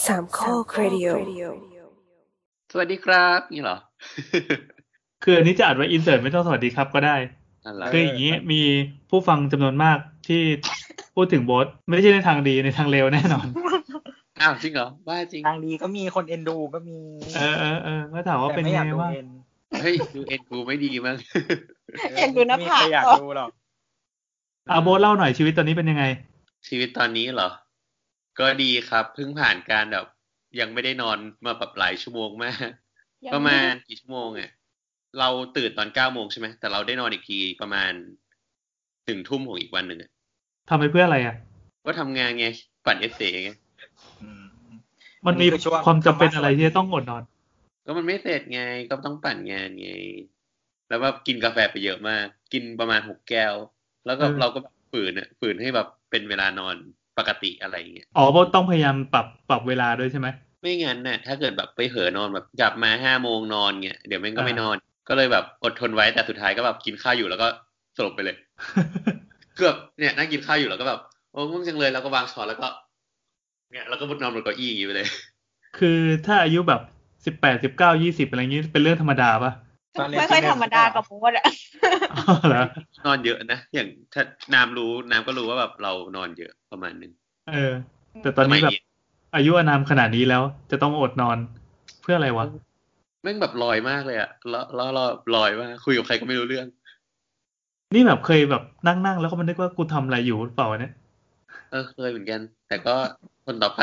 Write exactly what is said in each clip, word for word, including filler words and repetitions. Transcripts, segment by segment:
สามข้อครดิโอสวัสดีครับนี่เหรอคืออันนี้จะอัดไว้อินเสิร์ตไม่ต้องสวัสดีครับก็ได้คืออย่างนี้มีผู้ฟังจำนวนมากที่พูดถึงโบ๊ทไม่ใช่ในทางดีในทางเลวแน่นอนอ้าวจริงเหรอว่าจริงทางดีก็มีคนเอ็นดูก็มีเออเออเออก็ถามว่าเป็นไงว่าเฮ้ยดูเอ็นดูไม่ดีมั้งเอ็นดูหน้าผากไม่อยากดูหรอกอ่ะโบ๊ทเล่าหน่อยชีวิตตอนนี้เป็นยังไงชีวิตตอนนี้เหรอก็ดีครับเพิ่งผ่านการแบบยังไม่ได้นอนมาแบบหลายชั่วโมงมากประมาณกี่ชั่วโมงอ่ะเราตื่นตอนเก้าโมงใช่ไหมแต่เราได้นอนอีกทีประมาณหนึ่งทุ่มของอีกวันหนึ่งอ่ะทำไปเพื่ออะไรอ่ะก็ทำงานไงปั่นเอสเซไงมันมีความจำเป็นอะไรที่จะต้องอดนอนก็มันไม่เสร็จไงก็ต้องปั่นงานไงแล้วว่ากินกาแฟไปเยอะมากกินประมาณหกแก้วแล้วก็เราก็ฝืนอ่ะฝืนให้แบบเป็นเวลานอนปกติอะไรอย่างเงี้ยอ๋อต้องพยายามปรับปรับเวลาด้วยใช่ไหมไม่งั้นน่ะถ้าเกิดแบบไปเผลอนอนแบบกลับมาห้าโมงนอนเงี้ยเดี๋ยวมันก็ไม่นอนก็เลยแบบอดทนไว้แต่สุดท้ายก็แบบกินข้าวอยู่แล้วก็สลบไปเลย เกือบเนี่ยนั่งกินข้าวอยู่แล้วก็แบบโอ้ง่วงจังเลยแล้วก็วางช้อนแล้วก็เนี่ยแล้วก็มุดนอนบนเก้าอี้อย่างงี้ไปเลยคือถ้าอายุแบบสิบแปด สิบเก้า ยี่สิบอะไรอย่างงี้เป็นเรื่องธรรมดาป่ะไม่ค่อยธรรมดากับโบ๊ทอ่ะอ๋อเหรอนอนเยอะนะอย่างถ้าน้ำรู้น้ำก็รู้ว่าแบบเรานอนเยอะประมาณนึงเออแต่ตอนนี้แบบอายุอานามขนาดนี้แล้วจะต้องอดนอนเพื่ออะไรวะแม่งแบบลอยมากเลยอะแล้วแล้วลอยมากคุยกับใครก็ไม่รู้เรื่องนี่แบบเคยแบบนั่งๆแล้วก็มันนึกว่ากูทำอะไรอยู่หรือเปล่าเนี่ยเออเคยเหมือนกันแต่ก็คนต่อไป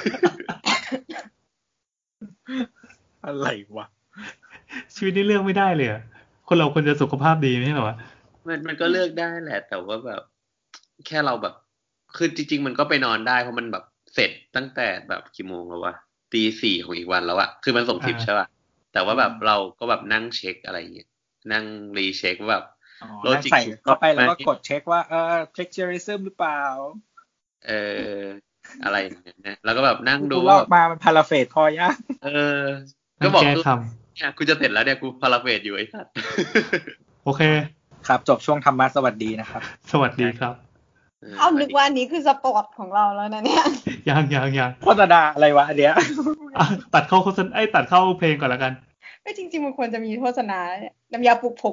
อะไรวะชีวิตนี่เลือกไม่ได้เลยอ่ะคนเราควรจะสุขภาพดีไม่ใช่เหรอวะมันมันก็เลือกได้แหละแต่ว่าแบบแค่เราแบบคือจริงๆมันก็ไปนอนได้เพราะมันแบบเสร็จตั้งแต่แบบกี่โมงแล้ววะตีสี่ของอีกวันแล้วอะคือมันส่งทิปใช่ป่ะแต่ว่าแบบเราก็แบบนั่งเช็คอะไรอย่างเงี้ยนั่งรีเช็คว่าแบบโลจิกเข้าไปแล้วก็กดเช็คว่าเออ plagiarism หรือเปล่าเอออะไรอย่างเงี้ยนะแล้วก็แบบนั่งดูว่ามามันพาราเฟสพอยากเออก็บอกคือเนี่ยกูจะเสร็จแล้วเนี่ยกูพาราเฟสอยู่ไอ้สัสโอเคครับจบช่วงธรรมะสวัสดีนะครับสวัสดีครับเอานึกว่านี้คือสปอร์ตของเราแล้วนะเนี่ยยังยังยังโฆษณาอะไรวะอันเนี้ยตัดเข้าโฆษณาไอ้ตัดเข้าเพลงก่อนแล้วกันไม่จริงๆมันควรจะมีโฆษณาน้ำยาปลุกผม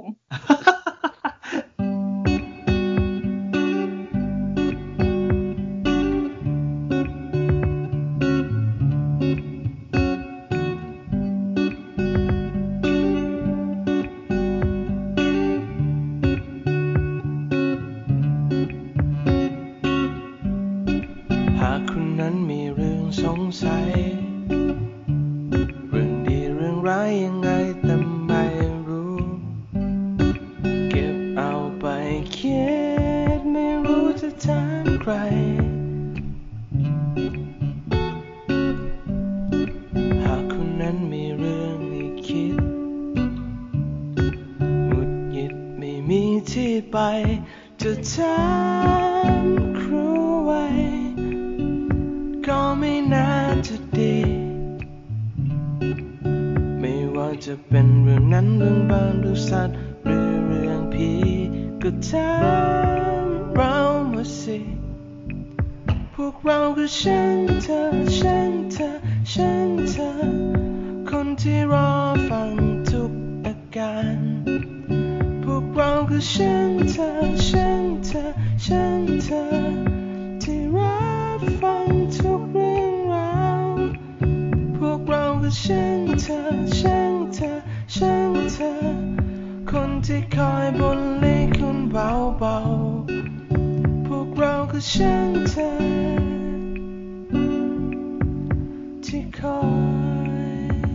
จะถามครูไว้ก็ไม่น่าจะดีไม่ว่าจะเป็นเรื่องนั้นเรื่องบ้านหรือสัตว์หรือเรื่องผีก็ถามเรามาสิพวกเราคือฉันเธอฉันเธอฉันเธอคนที่รอฟังทุกอาการพวกเราคือฉันเธอฉันเธอฉันเธอที่รับฟังทุกเรื่องราวพวกเราคือฉันเธอฉันเธอฉันเธอคนที่คอยบนเล่คุณเบาๆพวกเราคือฉันเธอที่คอย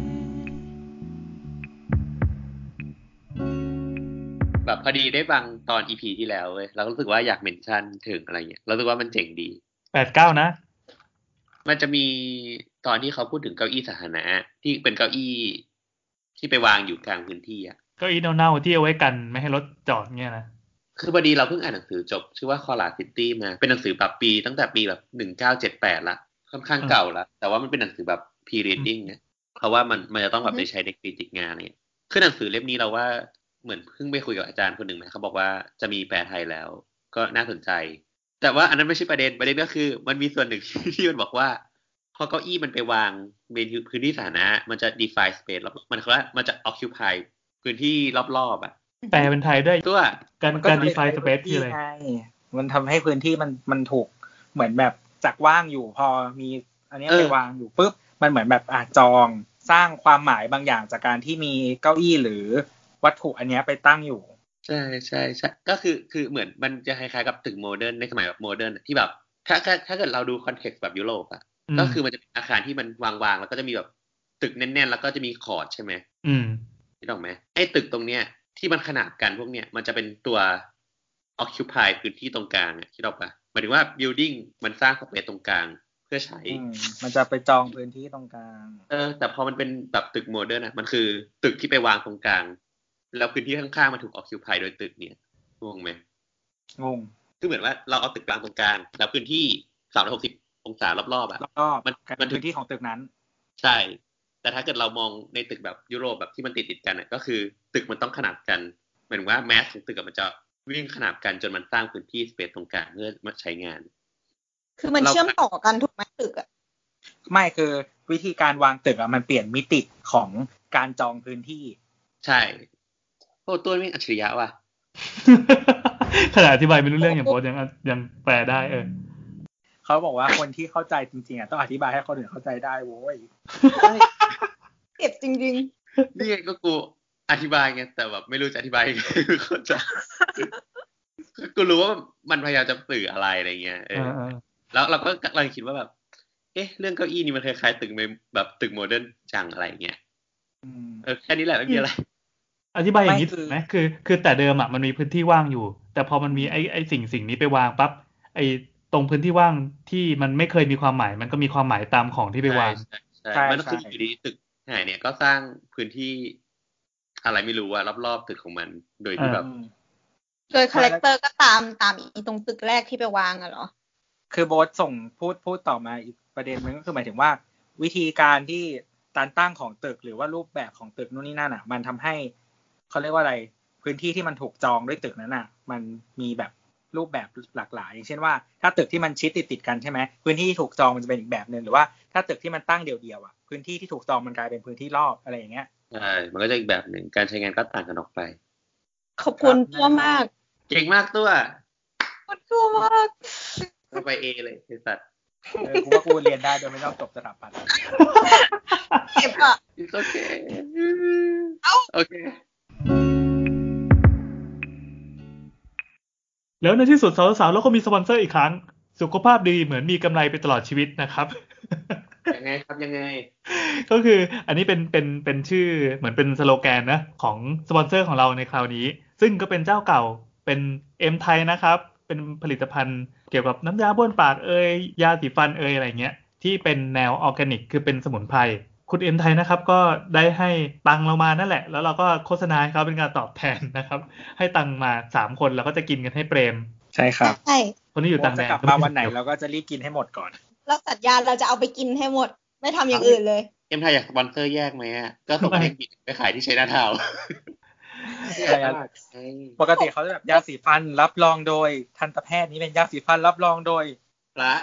แบบพอดีได้ฟังตอน อี พี ที่แล้วเว้ยเรารู้สึกว่าอยากเมนชั่นถึงอะไรเงี้ยเรารู้สึกว่ามันเจ๋งดีแปด เก้านะมันจะมีตอนที่เขาพูดถึงเก้าอี้สาธารณะที่เป็นเก้าอี้ที่ไปวางอยู่กลางพื้นที่อ่ะเก้าอี้เน่าๆที่เอาไว้กันไม่ให้รถจอดเงี้ยนะคือพอดีเราเพิ่งอ่านหนังสือจบชื่อว่า Collar City มาเป็นหนังสือแบบปีตั้งแต่ปีแบบหนึ่งพันเก้าร้อยเจ็ดสิบแปดละค่อนข้างเก่าละแต่ว่ามันเป็นหนังสือแบบ pre-reading นะเพราะว่ามันมันจะต้องแบบไปใช้ในคริติกงานอะไรเงี้ยคือหนังสือเล่มนี้เราว่าเหมือนเพิ่งไปคุยกับอาจารย์คนหนึ่งนะเขาบอกว่าจะมีแปลไทยแล้วก็น่าสนใจแต่ว่าอันนั้นไม่ใช่ประเด็นประเด็นก็คือมันมีส่วนหนึ่งที่มันบอกว่าพอเก้าอี้มันไปวางในพื้นที่สาธารณะมันจะ define space แล้วมันคือว่ามันจะ occupy พื้นที่รอบๆอ่ะแปลเป็นไทยด้วยตัวการการ define space คืออะไรมันทำให้พื้นที่มันมันถูกเหมือนแบบจากว่างอยู่พอมีอันนี้ไปวางอยู่ปุ๊บมันเหมือนแบบอ่ะจองสร้างความหมายบางอย่างจากการที่มีเก้าอี้หรือวัตถุอันนี้ไปตั้งอยู่ใช่ใช่ใช่ก็คือคือเหมือนมันจะคล้ายๆกับตึกโมเดิร์นในสมัยแบบโมเดิร์นที่แบบถ้าถ้าถ้าเกิดเราดูคอนเท็กซ์แบบยุโรปอ่ะก็คือมันจะเป็นอาคารที่มันวางๆแล้วก็จะมีแบบตึกแน่นๆแล้วก็จะมีคอร์ดใช่ไหมอืมคิดออกไหมไอ้ตึกตรงเนี้ยที่มันขนาบกันพวกเนี้ยมันจะเป็นตัว occupy พื้นที่ตรงกลางอ่ะคิดออกปะหมายถึงว่า building มันสร้างสเปซตรงกลางเพื่อใช้มันจะไปจองพื้นที่ตรงกลางเออแต่พอมันเป็นแบบตึกโมเดิร์นอ่ะมันคือตึกที่ไปวางตรงกลางแล้วพื้นที่ข้างๆมันถูก occupy โดยตึกเนี่ยงงไหมงงคือเหมือนว่าเราเอาตึกกลางตรงกลางแล้วพื้นที่สามร้อยหกสิบองศารอบๆอ่ะรอบๆมันมันพื้นที่ของตึกนั้นใช่แต่ถ้าเกิดเรามองในตึกแบบยุโรปแบบที่มันติดๆกันอ่ะก็คือตึกมันต้องขนาบกันหมายถึงว่าแมสของตึกมันจะวิ่งขนาบกันจนมันสร้างพื้นที่สเปซตรงกลางเพื่อมาใช้งานคือมันเชื่อมต่อกันถูกไหมตึกอ่ะไม่คือวิธีการวางตึกอ่ะมันเปลี่ยนมิติของการจองพื้นที่ใช่โอ้ตัวนี้อัจฉริยะว่ะขนาดอธิบายไม่รู้เรื่องอย่างโพสยังยังแปลได้เออเขาบอกว่าคนที่เข้าใจจริงๆอ่ะต้องอธิบายให้คนอื่นเข้าใจได้โว้ยเก็บจริงๆนี่ก็กูอธิบายไงแต่แบบไม่รู้จะอธิบายยังไงเข้าใจกูรู้ว่ามันพยายามจะสื่ออะไรอะไรเงี้ยเออแล้วเราก็กำลังคิดว่าแบบเอ๊ะเรื่องเก้าอี้นี่มันคล้ายๆตึกแบบตึกโมเดิร์นจังอะไรเงี้ยเออแค่นี้แหละไม่มีอะไรอธิบายอย่างนี้ถูกไหมคือคือแต่เดิมอ่ะมันมีพื้นที่ว่างอยู่แต่พอมันมีไอ้ไอ้สิ่งสิ่งนี้ไปวางปั๊บไอ้ตรงพื้นที่ว่างที่มันไม่เคยมีความหมายมันก็มีความหมายตามของที่ไปวางใช่มันคืออยู่ดีตึกแห่งเนี้ยก็สร้างพื้นที่อะไรไม่รู้ว่ารอบๆตึกของมันโดยที่แบบโดยคาแรคเตอร์ก็ตามตามอีตรงตึกแรกที่ไปวางอะเหรอคือโบสส่งพูดพูดต่อมาอีกประเด็นนึงก็คือหมายถึงว่าวิธีการที่การตั้งของตึกหรือว่ารูปแบบของตึกนู่นนี่นั่นอ่ะมันทำให้เขาเรียกว่าอะไรพื้นที่ที่มันถูกจองด้วยตึกนั้นน่ะมันมีแบบรูปแบบหลากหลายอย่างเช่นว่าถ้าตึกที่มันชิดติดติดกันใช่ไหมพื้นที่ที่ถูกจองมันจะเป็นอีกแบบนึงหรือว่าถ้าตึกที่มันตั้งเดี่ยวๆอ่ะพื้นที่ที่ถูกจองมันกลายเป็นพื้นที่รอบอะไรอย่างเงี้ยใช่มันก็จะอีกแบบนึงการใช้งานก็ต่างกันออกไปขอบคุณตัวมากเก่งมากตัวขอบคุณมากไปเอเลยไอ้สัตว์เออกูว่ากูเรียนได้โดยไม่ต้องจบสถาปัตย์เก็บอ่ะ It's okay โอเคแล้วในที่สุดสาวๆแล้วก็มีสปอนเซอร์อีกครั้งสุขภาพดีเหมือนมีกำไรไปตลอดชีวิตนะครับยังไงครับยังไงก็คืออันนี้เป็นเป็นเป็นชื่อเหมือนเป็นสโลแกนนะของสปอนเซอร์ของเราในคราวนี้ซึ่งก็เป็นเจ้าเก่าเป็นเอ็มไทยนะครับเป็นผลิตภัณฑ์เกี่ยวกับน้ำยาบ้วนปากเอ่ยยาสีฟันเอ่ยอะไรเงี้ยที่เป็นแนวออร์แกนิกคือเป็นสมุนไพรคุณเอ็มไทยนะครับก็ได้ให้ตังเรามานั่นแหละแล้วเราก็โฆษณาให้เขาเป็นการตอบแทนนะครับให้ตังมาสามคนเราก็จะกินกันให้เปรมใช่ครับใช่คนที่อยู่ต่างแดนกลับมาวันไหนเราก็จะรีบกินให้หมดก่อนเราสัญญาเราจะเอาไปกินให้หมดไม่ทำอย่างอื่นเลยเอ็มไทยอยากสปอนเซอร์แยกไหมอ่ะก็ส่งให้กินไปขายที่ชัยนาทาวน์ปกติเขาจะแบบยาสีฟันรับรองโดยทันตแพทย์นี้เป็นยาสีฟันรับรองโดยพระ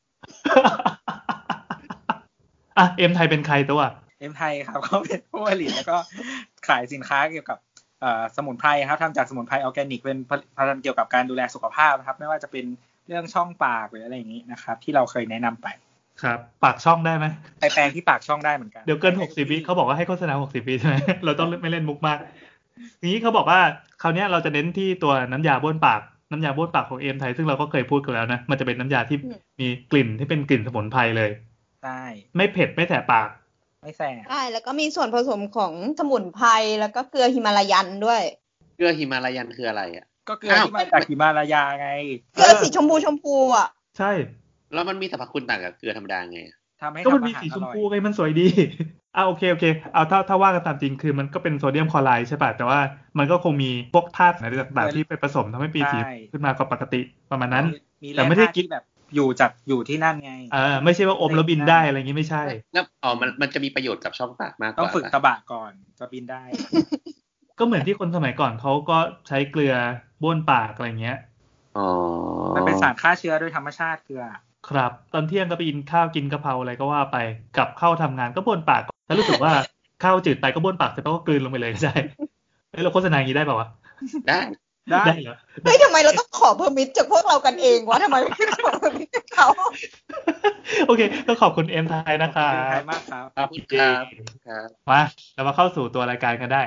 อ่ะเอ็มไทยเป็นใครตัวเอ็มไทยครับเขาเป็นผู้ผลิตแล้วก็ขายสินค้าเกี่ยวกับสมุนไพรครับทำจากสมุนไพรออร์แกนิกเป็นผลิตภัณฑ์เกี่ยวกับการดูแลสุขภาพนะครับไม่ว่าจะเป็นเรื่องช่องปากหรืออะไรอย่างนี้นะครับที่เราเคยแนะนำไปครับปากช่องได้ไหมไปแปลงที่ปากช่องได้เหมือนกันเดี๋ยวเกินหกสิบวิเขาบอกว่าให้โฆษณาหกสิบวิใช่ไหมเราต้องไม่เล่นมุกมากทีนี้เขาบอกว่าคราวนี้เราจะเน้นที่ตัวน้ำยาบ้วนปากน้ำยาบ้วนปากของเอ็มไทยซึ่งเราก็เคยพูดกันแล้วนะมันจะเป็นน้ำยาที่มีกลิ่นที่เป็นกลิ่นสมุนไพรเลยใช่ไม่เผ็ดไม่แสบปากไม่แสบใช่แล้วก็มีส่วนผสมของสมุนไพรแล้วก็เกลือหิมาลายันด้วยเกลือหิมาลายันคืออะไรอ่ะก็เกลือที่มาจากหิมาลายาไงเกลือสีชมพูชมพูอ่ะใช่แล้วมันมีสรรพคุณต่างกับเกลือธรรมดาไงทำให้ก็มันมีสีชมพูไงมันสวยดีอ่ะโอเคโอเคเอาถ้าถ้าว่ากันตามจริงคือมันก็เป็นโซเดียมคลอไรด์ใช่ป่ะแต่ว่ามันก็คงมีพวกธาตุอะไรต่างๆที่ไปผสมทำให้ปีสีขึ้นมากว่าปกติประมาณนั้นแต่ไม่ได้กินแบบอยู่จากอยู่ที่นั่นไงเออไม่ใช่ว่าอมแล้วบินได้อะไรอย่างงี้ไม่ใช่แล้วอ๋อมันมันจะมีประโยชน์กับช่องปากมากกว่าต้องฝึกตะบะก่อนจะบินได้ก็เหมือนที่คนสมัยก่อนเขาก็ใช้เกลือบ้วนปากอะไรเงี้ยอ๋อมันเป็นสารฆ่าเชื้อโดยธรรมชาติเกลือครับตอนเที่ยงก็ไปกินข้าวกินกะเพราอะไรก็ว่าไปกลับเข้าทำงานก็บ้วนปากถ้ารู้สึกว่าข้าวจืดไปก็บ้วนปากเสร็จแล้วก็กลืนลงไปเลยก็ได้เอ้ยเราโฆษณาอย่างนี้ได้ป่าววะได้ได้ได้เหรอเฮ้ยทำไมเราต้องขอเพอร์มิทจากพวกเรากันเองวะทำไมไม่ขอเพอร์มิทจากเขาโอเคก็ขอบคุณเอ็มไทยนะครัขอบคุณบมากครับขอบคุณครับครับมาเรามาเข้าสู่ตัวรายการกันได้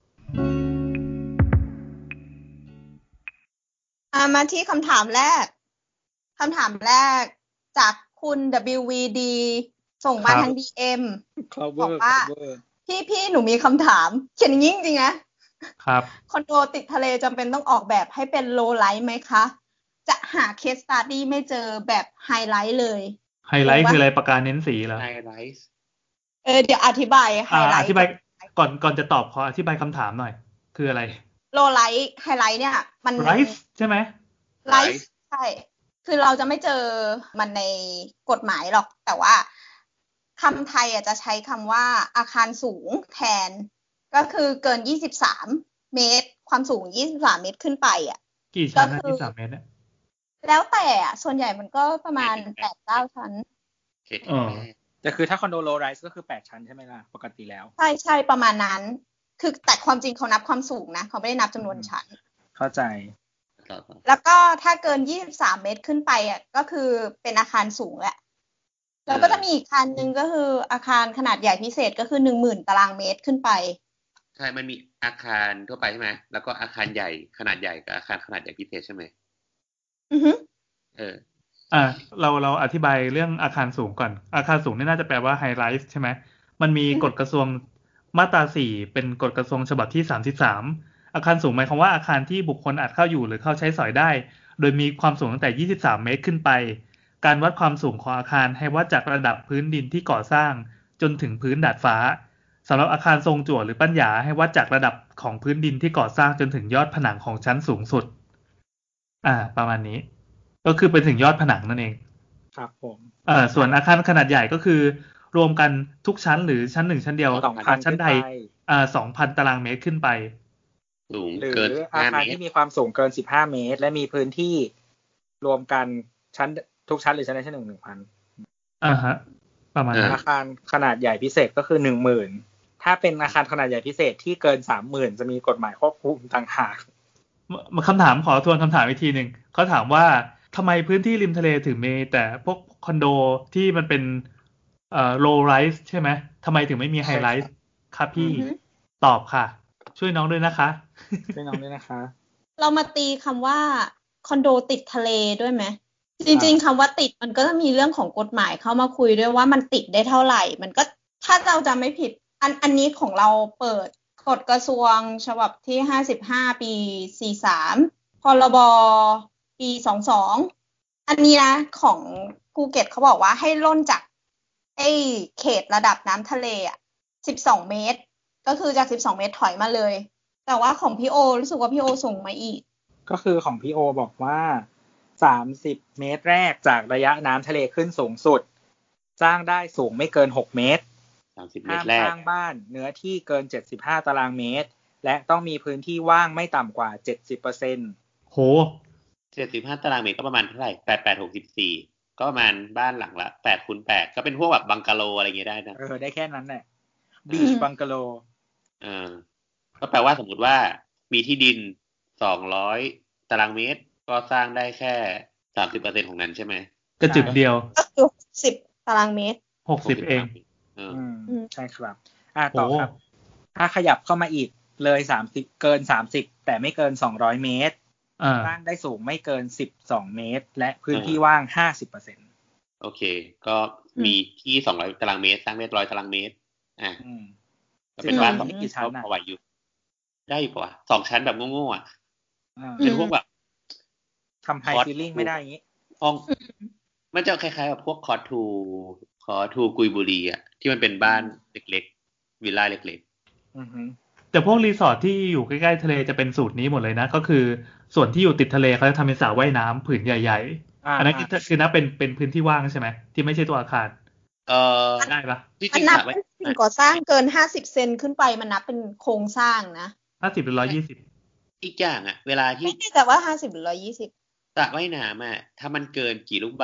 อ่ะมาที่คำถามแรกคำถามแรกจากคุณ ดับเบิลยู วี ดี ส่งมาครับทาง ดี เอ็ม cover บอกว่า cover พี่พี่หนูมีคำถามเขียนอย่างนี้จริงๆนะครับ คอนโดติดทะเลจำเป็นต้องออกแบบให้เป็นโลไลท์ไหมคะ จะหาเคสสตัดดี้ไม่เจอแบบไฮไลท์เลยไฮไลท์คืออะไรปากกาเน้นสีเหรอไฮไลท์เออเดี๋ยวอธิบายไฮอ่าไลอท์ธิบายก่อนก่อนจะตอบขออธิบายคำถามหน่อย คืออะไรโลไลท์ไฮไลท์เนี่ยมันไรซ์ใช่ไหมไลท์ใช่คือเราจะไม่เจอมันในกฎหมายหรอกแต่ว่าคำไทยอ่ะจะใช้คำว่าอาคารสูงแทนก็คือเกินยี่สิบสามเมตรความสูงยี่สิบสามเมตรขึ้นไปอ่ะกี่ชั้นนะก็คือที่สามเมตรเนี่ยแล้วแต่อ่ะส่วนใหญ่มันก็ประมาณ แปดถึงเก้า ชั้นเขตอ๋อแม่แต่คือถ้าคอนโด low rise ก็คือแปดชั้นใช่ไหมล่ะปกติแล้วใช่ใช่ประมาณนั้นคือแต่ความจริงเขานับความสูงนะเขาไม่ได้นับจำนวนชั้นเข้าใจต่อต่อแล้วก็ถ้าเกินยี่สิบสามเมตรขึ้นไปอ่ะก็คือเป็นอาคารสูงแหละแล้วก็จะมีอีกคันนึงก็คืออาคารขนาดใหญ่พิเศษก็คือ หนึ่งหมื่น ตารางเมตรขึ้นไปใช่มันมีอาคารทั่วไปใช่ไหมแล้วก็อาคารใหญ่ขนาดใหญ่กับอาคารขนาดใหญ่พิเศษใช่ไหมอือฮึเอออ่าเราเราอธิบายเรื่องอาคารสูงก่อน อาคารสูงนี่น่าจะแปลว่าไฮไลท์ใช่ไหมมันมีกฎกระทรวงมาตราสี่เป็นกฎกระทรวงฉบับที่สามสิบสามอาคารสูงหมายความว่าอาคารที่บุคคลอาจเข้าอยู่หรือเข้าใช้สอยได้ โดยมีความสูงตั้งแต่ยี่สิบสามเมตรขึ้นไป การวัดความสูงของอาคารให้วัดจากระดับพื้นดินที่ก่อสร้างจนถึงพื้นดาดฟ้าสำหรับอาคารทรงจั่วหรือปัญญาให้วัดจากระดับของพื้นดินที่ก่อสร้างจนถึงยอดผนังของชั้นสูงสุดอ่าประมาณนี้ก็คือไปถึงยอดผนังนั่นเองครับผมเอ่อส่วนอาคารขนาดใหญ่ก็คือรวมกันทุกชั้นหรือชั้นหนึ่งชั้นเดียวสองพันชั้นใดขึ้นไปอ่าสองพันตารางเมตรขึ้นไปสูงหรือเกินอาห้าคารเมตรที่มีความสูงเกินสิบห้าเมตร และมีพื้นที่รวมกันชั้นทุกชั้นหรือชั้นใดชั้นหนึ่งหนึ่งพันอ่าฮะ ประมาณนั้นอาคารขนาดใหญ่พิเศษก็คือหนึ่งหมื่นถ้าเป็นอาคารขนาดใหญ่พิเศษที่เกินสามหมื่นจะมีกฎหมายควบคุมต่างหากมาคำถามขอทวนคำถามอีกทีหนึ่งเขาถามว่าทำไมพื้นที่ริมทะเลถึงมีแต่พวกคอนโดที่มันเป็นเอ่อ low rise ใช่ไหมทำไมถึงไม่มี high rise ครับพี่อือฮึตอบค่ะ ช่วยน้องด้วยนะคะช่วยน้องด้วยนะคะเรามาตีคำว่าคอนโดติดทะเลด้วยไหมจริงๆคำว่าติดมันก็จะมีเรื่องของกฎหมายเข้ามาคุยด้วยว่ามันติดได้เท่าไหร่ มันก็ถ้าเราจำไม่ผิดอันอันนี้ของเราเปิดกฎกระทรวงฉบับที่ห้าสิบห้าปีสี่สิบสามพรบปีสองสิบสองอันนี้นะของภูเก็ตเขาบอกว่าให้ล่นจากไอ้เขตระดับน้ำทะเลอ่ะสิบสองเมตรก็คือจากสิบสองเมตรถอยมาเลยแต่ว่าของพี่โอรู้สึกว่าพี่โอส่งมาอีกก็คือของพี่โอบอกว่าสามสิบเมตรแรกจากระยะน้ำทะเลขึ้นสูงสุดสร้างได้สูงไม่เกินหกเมตรสามสิบเมห้าตมรแรสกร้างบ้านเนื้อที่เกินเจ็ดสิบห้าตารางเมตรและต้องมีพื้นที่ว่างไม่ต่ำกว่า เจ็ดสิบเปอร์เซ็นต์โหเจ็ดสิบห้าตารางเมตรก็ประมาณเท่าไหร่แปด แปด หกสิบสี่ก็ประมาณบ้านหลังละแปดคูณแปดก็เป็นพวกแบบบังกะโลอะไรเงี้ยได้นะเออได้แค่นั้นแหละบีชบังกะโลเออก็แปลว่าสมมติว่ามีที่ดินสองร้อยตารางเมตรก็สร้างได้แค่สามสิบเปอร์เซ็นต์ของนั้นใช่ไหมกระจึกเดียวก็คือสิบตารางเมตรหกสิบเองเอออืมอืมใช่ครับ อ่ะต่อโอ้ครับ ถ้าขยับเข้ามาอีกเลยสามสิบเกินสามสิบแต่ไม่เกินสองร้อยเมตรอ่าสร้างได้สูงไม่เกินสิบสองเมตร และพื้นที่ว่างห้าสิบเปอร์เซ็นต์โอเค ก็มีที่สองร้อยตารางเมตรสร้างได้ร้อยตารางเมตรอ่ะอืมก็เป็นบ้านอืมสองไม่กี่ชั้นก็น่ะพอไหวอยู่ ได้อยู่ปะวะสองชั้นแบบโง่ๆอ่ะอ่าเป็นพวกแบบทำไฮฟีลลิ่งไม่ได้อย่างนี้ห้องมันจะคล้ายๆกับพวกคอทูคอทูกุยบุรีอ่ะที่มันเป็นบ้านเล็กๆวิลล่าเล็กอือฮึแต่พวกรีสอร์ทที่อยู่ใกล้ๆทะเลจะเป็นสูตรนี้หมดเลยนะ ก็คือส่วนที่อยู่ติดทะเลเขาจะทำเป็นสระว่ายน้ำผืนใหญ่ๆ อันนั้นคือคือนับเป็นเป็นพื้นที่ว่างใช่ไหมที่ไม่ใช่ตัวอาคารๆเออได้ปะที่จอัรินงนับสระว่ายเป็นสิ่งก่อสร้างเกินห้าสิบเซนขึ้นไปมันนับเป็นโครงสร้างนะห้าสิบหรือร้อยยี่สิบอีกอย่างอ่ะ เวลาที่ไม่แน่ใจว่าห้าสิบหรือร้อยยี่สิบสระว่ายน้ำอ่ะถ้ามันเกินกี่ลูกบาศก์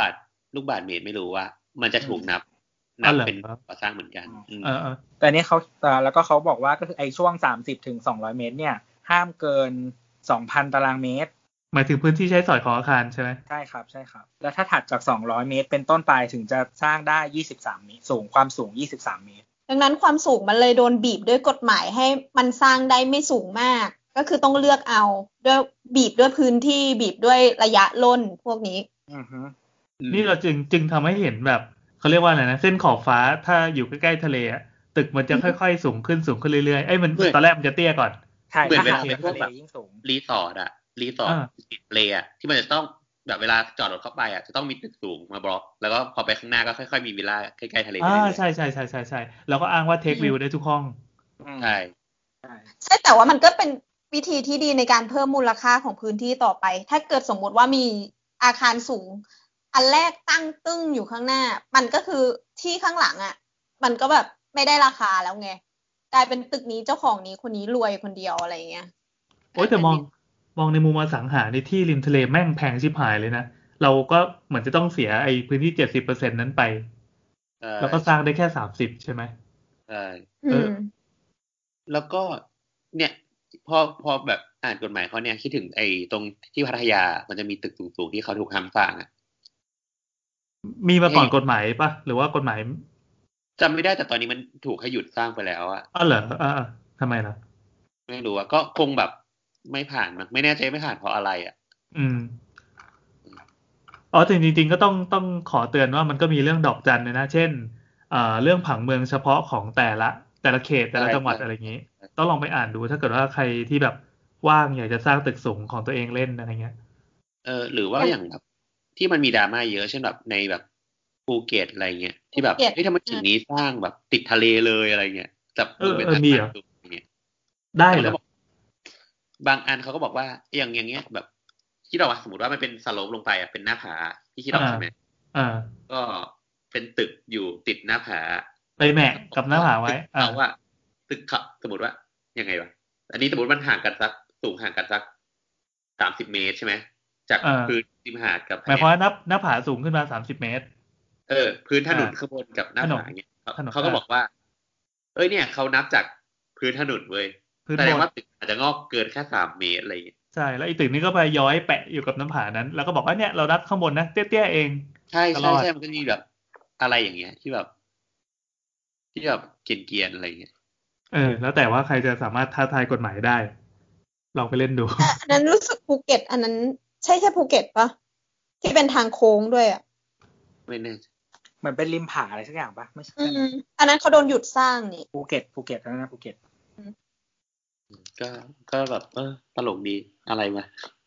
ลูกบาศก์เมตรไม่รู้ว่ามันจะถูกนับนับเป็นก่อสร้างเหมือนกันเออๆแต่นี่เขาแล้วก็เขาบอกว่าก็คือไอ้ช่วงสามสิบถึงสองร้อยเมตรเนี่ยห้ามเกิน สองพัน ตารางเมตรหมายถึงพื้นที่ใช้สอยของอาคารใช่ไหมใช่ครับใช่ครับแล้วถ้าถัดจากสองร้อยเมตรเป็นต้นไปถึงจะสร้างได้ยี่สิบสามเมตรสูงความสูงยี่สิบสามเมตรดังนั้นความสูงมันเลยโดนบีบด้วยกฎหมายให้มันสร้างได้ไม่สูงมากก็คือต้องเลือกเอาด้วยบีบด้วยพื้นที่บีบด้วยระยะล้นพวกนี้อือฮึนี่เราจึงจึงทำให้เห็นแบบเขาเรียกว่าอะไรนะเส้นขอบฟ้าถ้าอยู่ใกล้ๆทะเลอะตึกมันจะค่อยๆสูงขึ้นสูงขึ้นเรื่อยๆไอ้มันตอนแรกมันจะเตี้ยก่อนใช่เหมือนเวลาไปพวกแบบรีสอร์ทอะรีสอร์ทติดเลอะที่มันจะต้องแบบเวลาจอดรถเข้าไปอะจะต้องมีตึกสูงมาบล็อกแล้วก็พอไปข้างหน้าก็ค่อยๆมีวิลล่าใกล้ๆทะเลอ่าใช่ใช่ใช่ใช่ใช่แล้วก็อ้างว่าเทควิวได้ทุกห้องใช่ใช่แต่ว่ามันก็เป็นวิธีที่ดีในการเพิ่มมูลค่าของพื้นที่ต่อไปถ้าเกิดสมมติว่ามีอาคารสูงอันแรกตั้งตึ้งอยู่ข้างหน้ามันก็คือที่ข้างหลังอ่ะมันก็แบบไม่ได้ราคาแล้วไงกลายเป็นตึกนี้เจ้าของนี้คนนี้รวยคนเดียวอะไรเงี้ยโอ้ยแต่มองมองในมุมอสังหาในที่ริมทะเลแม่งแพงชิบหายเลยนะเราก็เหมือนจะต้องเสียไอ้พื้นที่ เจ็ดสิบเปอร์เซ็นต์ นั้นไปแล้วก็สร้างได้แค่สามสิบใช่ไหมใช่เออแล้วก็เนี่ยพอพอแบบอ่านกฎหมายเขาเนี่ยคิดถึงไอ้ตรงที่พัทยามันจะมีตึกสูงๆที่เขาถูกห้ามสร้างอ่ะมีมาก่อนกฎหมายป่ะหรือว่ากฎหมายจำไม่ได้แต่ตอนนี้มันถูกให้หยุดสร้างไปแล้วอ่ะอ๋อเหรออ่าทำไมล่ะไม่รู้อ่ะก็คงแบบไม่ผ่านมั้งไม่แน่ใจไม่ผ่านเพราะอะไรอ่ะอืมอ๋อแต่จริงๆก็ต้องต้องขอเตือนว่ามันก็มีเรื่องดอกจันเลยนะเช่นเอ่อเรื่องผังเมืองเฉพาะของแต่ละแต่ละเขตแต่ละจังหวัดอะไรอย่างนี้ต้องลองไปอ่านดูถ้าเกิดว่าใครที่แบบว่างอยากจะสร้างตึกสูงของตัวเองเล่นอะไรเงี้ยเออหรือว่าอย่างแบบที่มันมีดราม่าเยอะเช่นแบบในแบบภูเก็ตอะไรเงี้ยที่แบบเฮ้ยทำไมถึงนี้สร้างแบบติดทะเลเลยอะไรเงี้ยจับเออเออมีเหรอได้เหรอบางอันเขาก็บอกว่าอย่างอย่างเงี้ยแบบคิดออกว่าสมมติว่ามันเป็นสโลปลงไปอ่ะเป็นหน้าผาที่คิดออกใช่ไหมอ่าก็เป็นตึกอยู่ติดหน้าผาไปแมะกับหน้าผาไว้อ่าว่าตึกขับสมมติว่ายังไงวะอันนี้สมมติมันห่างกันสักสูงห่างกันสักสามสิบเมตรใช่ไหมจากพื้นริมหาดกับหมายความว่าหน้าหน้าผาสูงขึ้นมาสามสิบเมตรเออพื้นถนนข้างบนกับหน้าผาเงี้ยเขาก็บอกว่าเอ้ยเนี่ยเขานับจากพื้นถนนเว้ยแสดงว่าตึกอาจจะงอกเกินแค่สามเมตรอะไรอย่างเงี้ยใช่แล้วอีตึกนี้ก็ไปย้อยแปะอยู่กับน้ำผานั้นแล้วก็บอกว่าเนี่ยเรานับข้างบนนะเตี้ยๆเองใช่ใช่ใช่มันก็มีแบบอะไรอย่างเงี้ยที่แบบที่แบบเกรียนๆอะไรอย่างเงี้ยเออแล้วแต่ว่าใครจะสามารถท้าทายกฎหมายได้ลองไปเล่นดูอันนั้นรู้สึกภูเก็ตอันนั้นใช่ใช่ภูเก็ตปะที่เป็นทางโค้งด้วยอ่ะไม่แน่เหมือนเป็นริมผาอะไรสักอย่างปะไม่ใช่อันนั้นเขาโดนหยุดสร้างนี่ภูเก็ตภูเก็ตนะภูเก็ตก็ก็แบบเออตลกดีอะไรมา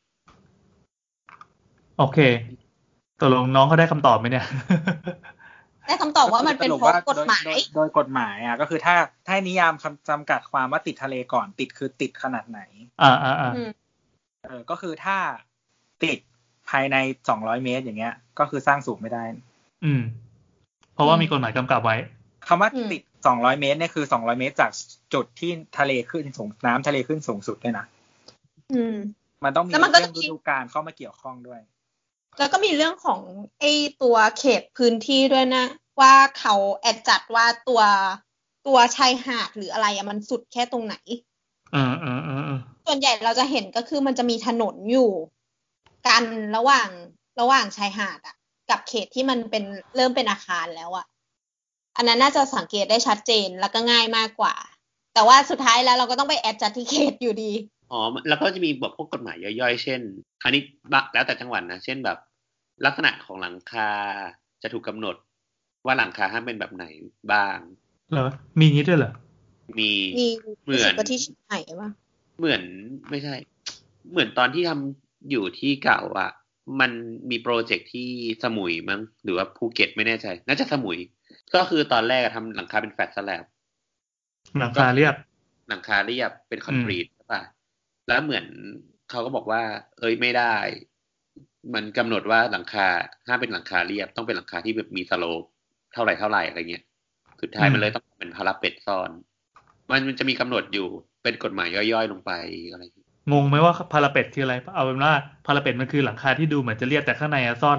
โอเคตกลงน้องเขาได้คำตอบไหมเนี่ยได้คำตอบว่ามันเป็นเพราะกฎหมายโดยกฎหมายอ่ะก็คือถ้าถ้านิยามจำกัดความว่าติดทะเลก่อนติดคือติดขนาดไหนอ่าอ่าอ่าเออก็คือถ้าติดภายในสองร้อยเมตรอย่างเงี้ยก็คือสร้างสูงไม่ได้อืมเพราะว่ามีกฎหมายกำกับไว้คำว่าติดสองร้อยเมตรเนี่ยคือสองร้อยเมตรจากจุดที่ทะเลขึ้นสูงน้ำทะเลขึ้นสูงสุดด้วยนะอืมมันต้องมีเรื่องฤดูกาลเข้ามาเกี่ยวข้องด้วยแล้วก็มีเรื่องของไอ้ตัวเขตพื้นที่ด้วยนะว่าเขาแอดจัดว่าตัวตัวชายหาดหรืออะไรอะมันสุดแค่ตรงไหนอ่าอ่าอ่าส่วนใหญ่เราจะเห็นก็คือมันจะมีถนนอยู่กันระหว่างระหว่างชายหาดอะกับเขตที่มันเป็นเริ่มเป็นอาคารแล้วอะอันนั้นน่าจะสังเกตได้ชัดเจนแล้วก็ง่ายมากกว่าแต่ว่าสุดท้ายแล้วเราก็ต้องไปแอดจัดที่เขตอยู่ดีอ๋อแล้วก็จะมีแบบพวกกฎหมายย่อยๆเช่นอันนี้แล้วแต่จังหวัดนะเช่นแบบลักษณะของหลังคาจะถูกกำหนดว่าหลังคาห้ามเป็นแบบไหนบ้างเหรอมีงี้ด้วยเหรอมีเหมือนที่ไหนวะเหมือนไม่ใช่เหมือนตอนที่ทำอยู่ที่เก่าอ่ะมันมีโปรเจกต์ที่สมุยมั้งหรือว่าภูเก็ตไม่แน่ใจน่าจะสมุยก็คือตอนแรกทำหลังคาเป็นแฟลตสแลบหลังคาเรียบหลังคาเรียบเป็นคอนกรีตใช่ป่ะแล้วเหมือนเขาก็บอกว่าเอ้ยไม่ได้มันกำหนดว่าหลังคาห้ามเป็นหลังคาเรียบต้องเป็นหลังคาที่แบบมีสโลปเท่าไหร่เท่าไหร่อะไรเงี้ยสุดท้ายมันเลยต้องเป็นพาราเป็ดซ้อนมันมันจะมีกำหนดอยู่เป็นกฎหมายย่อยๆลงไปอะไรงงไหมว่าพาราเป็ดคืออะไรเอาเป็นว่าพาราเป็ดมันคือหลังคาที่ดูเหมือนจะเรียบแต่ข้างในซ่อน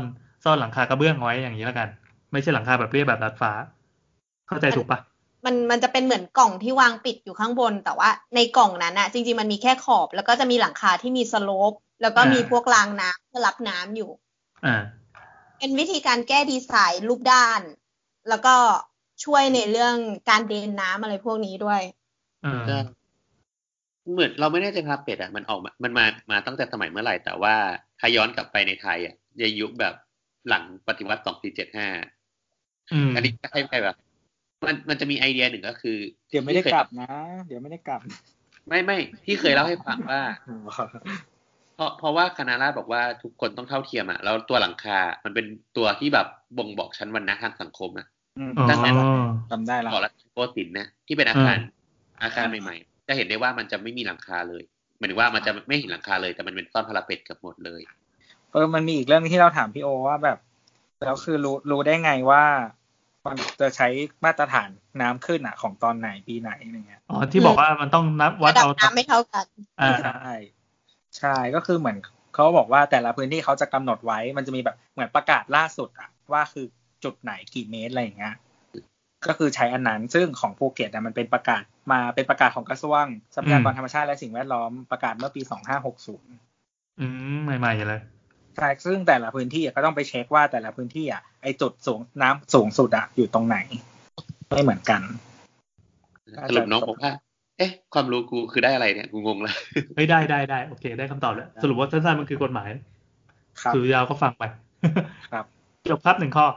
ซ่อนหลังคากระเบื้องไว้อย่างนี้แล้วกันไม่ใช่หลังคาแบบเรียบแบบดาดฟ้าเข้าใจถูกปะมันมันจะเป็นเหมือนกล่องที่วางปิดอยู่ข้างบนแต่ว่าในกล่องนั้นอะจริงๆมันมีแค่ขอบแล้วก็จะมีหลังคาที่มีสโลปแล้วก็มีพวกรางน้ำเพื่อรับน้ำอยู่อ่าเป็นวิธีการแก้ดีไซน์รูปด้านแล้วก็ช่วยในเรื่องการเดนน้ำอะไรพวกนี้ด้วยอ่าเหมือนเราไม่แน่ใจภาพเป็ดอ่ะมันออกมามันมามาตั้งแต่สมัยเมื่อไหร่แต่ว่าถ้าย้อนกลับไปในไทยอ่ะในยุคแบบหลังปฏิวัติสองสี่เจ็ดห้าอืมอันนี้ใช่ๆแบบมันมันจะมีไอเดียหนึ่งก็คือเดี๋ยวไม่ได้กลับนะเดี๋ยวไม่ได้กลับไม่ไม่ที่เคยเล่าให้ฟังว่าเพราะเพราะว่าคณะราษฎรบอกว่าทุกคนต้องเท่าเทียมอ่ะแล้วตัวหลังคามันเป็นตัวที่แบบบ่งบอกชั้นวรรณะทางสังคมอ่ะตั้งแต่จำได้แล้วก่อนรัชโกสินทร์นะที่เป็นอาคารอาคารใหม่ๆจะเห็นได้ว่ามันจะไม่มีหลังคาเลยหมายถึงว่ามันจะไม่เห็นหลังคาเลยแต่มันเป็นซ่อนพาราเป็ดเกือบหมดเลยเออมันมีอีกเรื่องที่เราถามพี่โอว่าแบบแล้วคือรู้รู้ได้ไงว่ามันจะใช้มาตรฐานน้ำขึ้นอ่ะของตอนไหนปีไหนอะไรเงี้ยอ๋อที่บอกว่ามันต้องนับวัดเอาน้ำไม่เท่ากันอ่าใช่ใช่ก็คือเหมือนเขาบอกว่าแต่ละพื้นที่เขาจะกำหนดไว้มันจะมีแบบเหมือนประกาศล่าสุดอ่ะว่าคือจุดไหนกี่เมตรอะไรอย่างเงี้ยก็คือใช้อันนั้นซึ่งของภูเก็ตอ่ะมันเป็นประกาศมาเป็นประกาศของกระทรวงทรัพยากรธรรมชาติและสิ่งแวดล้อมประกาศเมื่อปีสองพันห้าร้อยหกสิบอืมใหม่ๆเลยใช่ซึ่งแต่ละพื้นที่ก็ต้องไปเช็คว่าแต่ละพื้นที่อ่ะไอจุดสูงน้ำสูงสุดอ่ะอยู่ตรงไหนไม่เหมือนกันสรุปน้องบอกว่าเอ๊ะความรู้กูคือได้อะไรเนี่ยกูงงแล้วเฮ้ยได้ได้ได้โอเคได้คำตอบแล้วสรุปว่าสั้นๆมันคือกฎหมายสื่อยาวก็ฟังไปครับจบครับหนึ่งข้อ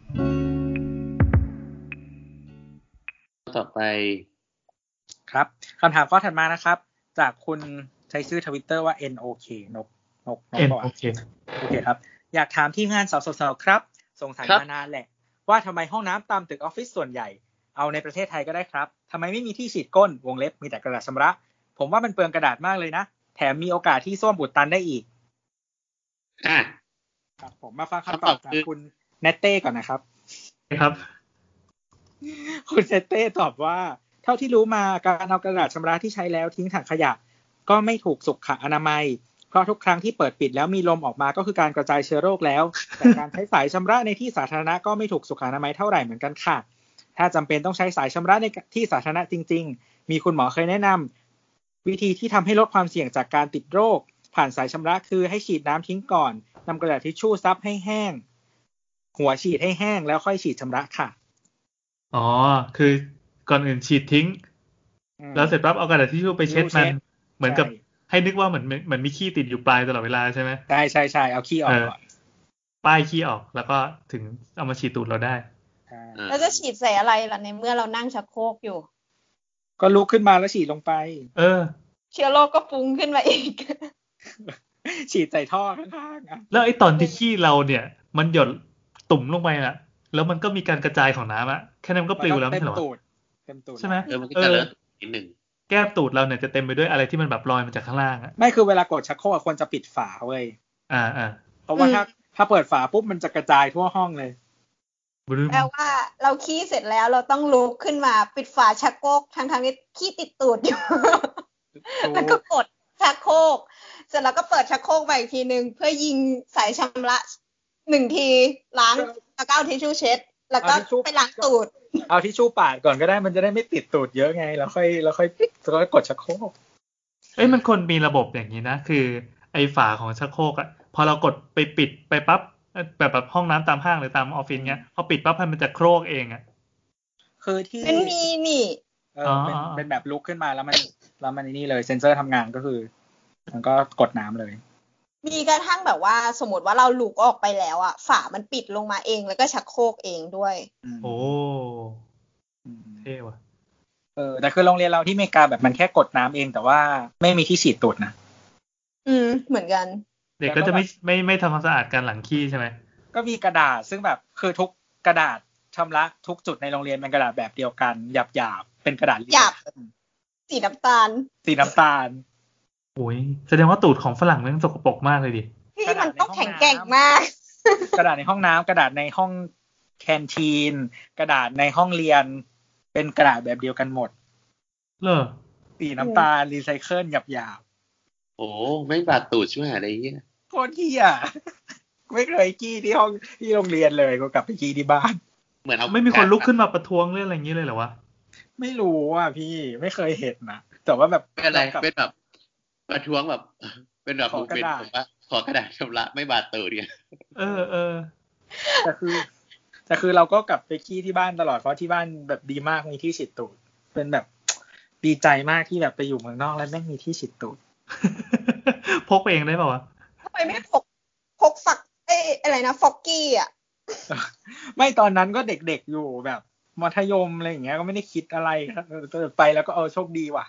ต่อไปครับคำถามข้อถัดมานะครับจากคุณใช้ชื่อ Twitter ว่า เอ็น โอ เค นกนกนกก่อนโอเคโอเคครับอยากถามทีมงานสาวๆครับสงสัยมานานแหละว่าทำไมห้องน้ำตามตึกออฟฟิศส่วนใหญ่เอาในประเทศไทยก็ได้ครับทำไมไม่มีที่ฉีดก้นวงเล็บมีแต่กระดาษชำระผมว่ามันเปลืองกระดาษมากเลยนะแถมมีโอกาสที่ส้วมอุดตันได้อีกอ่ะครับผมมาฟังคำตอบจากคุณเนตเต้ก่อนนะครับครับคุณเนตเต้ตอบว่าเท่าที่รู้มาการเอากระดาษชำระที่ใช้แล้วทิ้งถังขยะก็ไม่ถูกสุขอนามัยเพราะทุกครั้งที่เปิดปิดแล้วมีลมออกมาก็คือการกระจายเชื้อโรคแล้วแต่การใช้สายชำระในที่สาธารณะก็ไม่ถูกสุขอนามัยเท่าไหร่เหมือนกันค่ะถ้าจำเป็นต้องใช้สายชำระในที่สาธารณะจริงๆมีคุณหมอเคยแนะนำวิธีที่ทำให้ลดความเสี่ยงจากการติดโรคผ่านสายชำระคือให้ฉีดน้ำทิ้งก่อนนำกระดาษทิชชู่ซับให้แห้งหัวฉีดให้แห้งแล้วค่อยฉีดชำระค่ะอ๋อคือก่อนอื่นฉีดทิ้งแล้วเสร็จปั๊บเอากระดาษทิชชู่ไปเช็ดมันเหมือนกับให้นึกว่าเหมือนเหมือนมีขี้ติดอยู่ปลายตลอดเวลาใช่ไหมใช่ใช่ใช่เอาขี้ออกก่อนป้ายขี้ออกแล้วก็ถึงเอามาฉีดตูดเราได้แล้วจะฉีดใส่อะไรล่ะในเมื่อเรานั่งชักโครกอยู่ก็ลุกขึ้นมาแล้วฉีดลงไปเออเชื้อโรคก็ฟุ้งขึ้นมาอีกฉีดใส่ท่อข้างๆอ่ะแล้วไอ้ตอนที่ขี้เราเนี่ยมันหยดตุ่มลงไปอ่ะแล้วมันก็มีการกระจายของน้ำอ่ะแค่นั้นก็ปลิวแล้วไม่ใช่หรอเต็มตูดใช่ไหมเออมันก็จะเลอะนิดนึงแก้มตูดเราเนี่ยจะเต็มไปด้วยอะไรที่มันแบบลอยมาจากข้างล่างอ่ะไม่คือเวลากดชักโครกควรจะปิดฝาเว้ยอ่าอ่าเพราะว่าถ้าถ้าเปิดฝาปุ๊บมันจะกระจายทั่วห้องเลยแปลว่าเราขี้เสร็จแล้วเราต้องลุกขึ้นมาปิดฝาชักโครกทั้งๆที่ขี้ติดตูดอยู่แล้วก็กดชักโครกเสร็จแล้วก็เปิดชักโครกไปอีกทีนึงเพื่อยิงสายชำระหนึ่งทีล้างแล้วก็เอาทิชชู่เช็ดแล้วก็ไปล้างตูดเอาทิชชู่ปาดก่อนก็ได้มันจะได้ไม่ติดตูดเยอะไงแล้วค่อยแล้วค่อยแล้วค่อยกดชักโครกเอ้ยมันควรมีระบบอย่างนี้นะคือไอ้ฝาของชักโครกอ่ะพอเรากดไปปิดไปปั๊บแบบแบบห้องน้ำตามห้างหรือตามออฟฟิศเงี้ยพอปิดปั๊บมันจะโครกเองอ่ะคือที่มันมีนี่เออเป็นเป็นแบบลุกขึ้นมาแล้วมันแล้วมันนี่เลยเซ็นเซอร์ทำงานก็คือมันก็กดน้ำเลยมีกระทั่งแบบว่าสมมติว่าเราลุกออกไปแล้วอ่ะฝามันปิดลงมาเองแล้วก็ชักโครกเองด้วยโอ้เท่ว่ะเออแต่คือโรงเรียนเราที่อเมริกาแบบมันแค่กดน้ำเองแต่ว่าไม่มีที่ฉีดตูดนะอืมเหมือนกันเด็กก็จะไม่ไม่ไม่ทำความสะอาดกันหลังขี้ใช่ไหมก็มีกระดาษซึ่งแบบคือทุกกระดาษชำระทุกจุดในโรงเรียนเป็นกระดาษแบบเดียวกันหยาบหยาบเป็นกระดาษหยาบสีน้ำตาลสีน้ำตาลโอ้ยแสดงว่าตูดของฝรั่งมันสกปรกมากเลยดิที่มันต้องแข็งแกร่งมากกระดาษในห้องน้ำกระดาษในห้องแคนทีนกระดาษในห้องเรียนเป็นกระดาษแบบเดียวกันหมดเหรอสีน้ำตาลรีไซเคิลหยาบหยาบโอ้ไม่บาดตูดช่วยอะไรเงี้ยโคตรเหี้ยกูไม่เคยขี้ที่ห้องที่โรงเรียนเลยกูกลับไปขี้ที่บ้านเหมือนเอาไม่มีคนลุกขึ้นมาประท้วงเรื่องอะไรอย่างนี้เลยเหรอวะไม่รู้อ่ะพี่ไม่เคยเห็นนะแต่ว่าแบบเป็นอะไรเป็นแบบประท้วงแบบเป็นแบบมูฟเมนต์ผมว่าขอกระดาษชำระไม่บาดเตอร์เนี่ยเออเออแต่คือแต่คือเราก็กลับไปขี้ที่บ้านตลอดเพราะที่บ้านแบบดีมากมีที่ฉีดตูดเป็นแบบดีใจมากที่แบบไปอยู่เมืองนอกแล้วแม่งมีที่ฉีดตูดพกไปเองได้ป่าววะทำไมไม่พกพกฝักเอ้อะไรนะฟอกกี้อ่ะไม่ตอนนั้นก็เด็กๆอยู่แบบมัธยมอะไรอย่างเงี้ยก็ไม่ได้คิดอะไรครับไปแล้วก็เออโชคดีว่ะ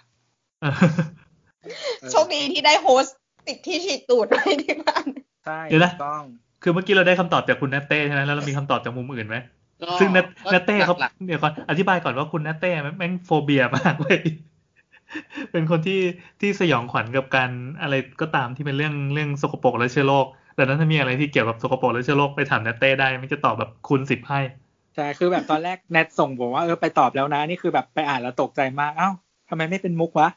โชคดีที่ได้โฮสต์ติดที่ฉีดตูดไว้ที่บ้านใช่ต้องคือเมื่อกี้เราได้คำตอบจากคุณนัตเต้ใช่ไหมแล้วเรามีคำตอบจากมุมอื่นไหมซึ่งนัตเต้เขาเดี๋ยวก่อนอธิบายก่อนว่าคุณนัตเต้แม่งโฟเบียมากเลยเป็นคนที่ที่สยองขวัญกับการอะไรก็ตามที่เป็นเรื่องเรื่องสกปรกและเชื้อโรคดังนั้นถ้ามีอะไรที่เกี่ยวกับสกปรกและเชื้อโรคไปถามนัตเต้ได้มันจะตอบแบบคูณสิบให้ใช่คือแบบตอนแรกแนทส่งบอกว่าเออไปตอบแล้วนะนี่คือแบบไปอ่านแล้วตกใจมากเอ้าทำไมไม่เป็นมุกวะ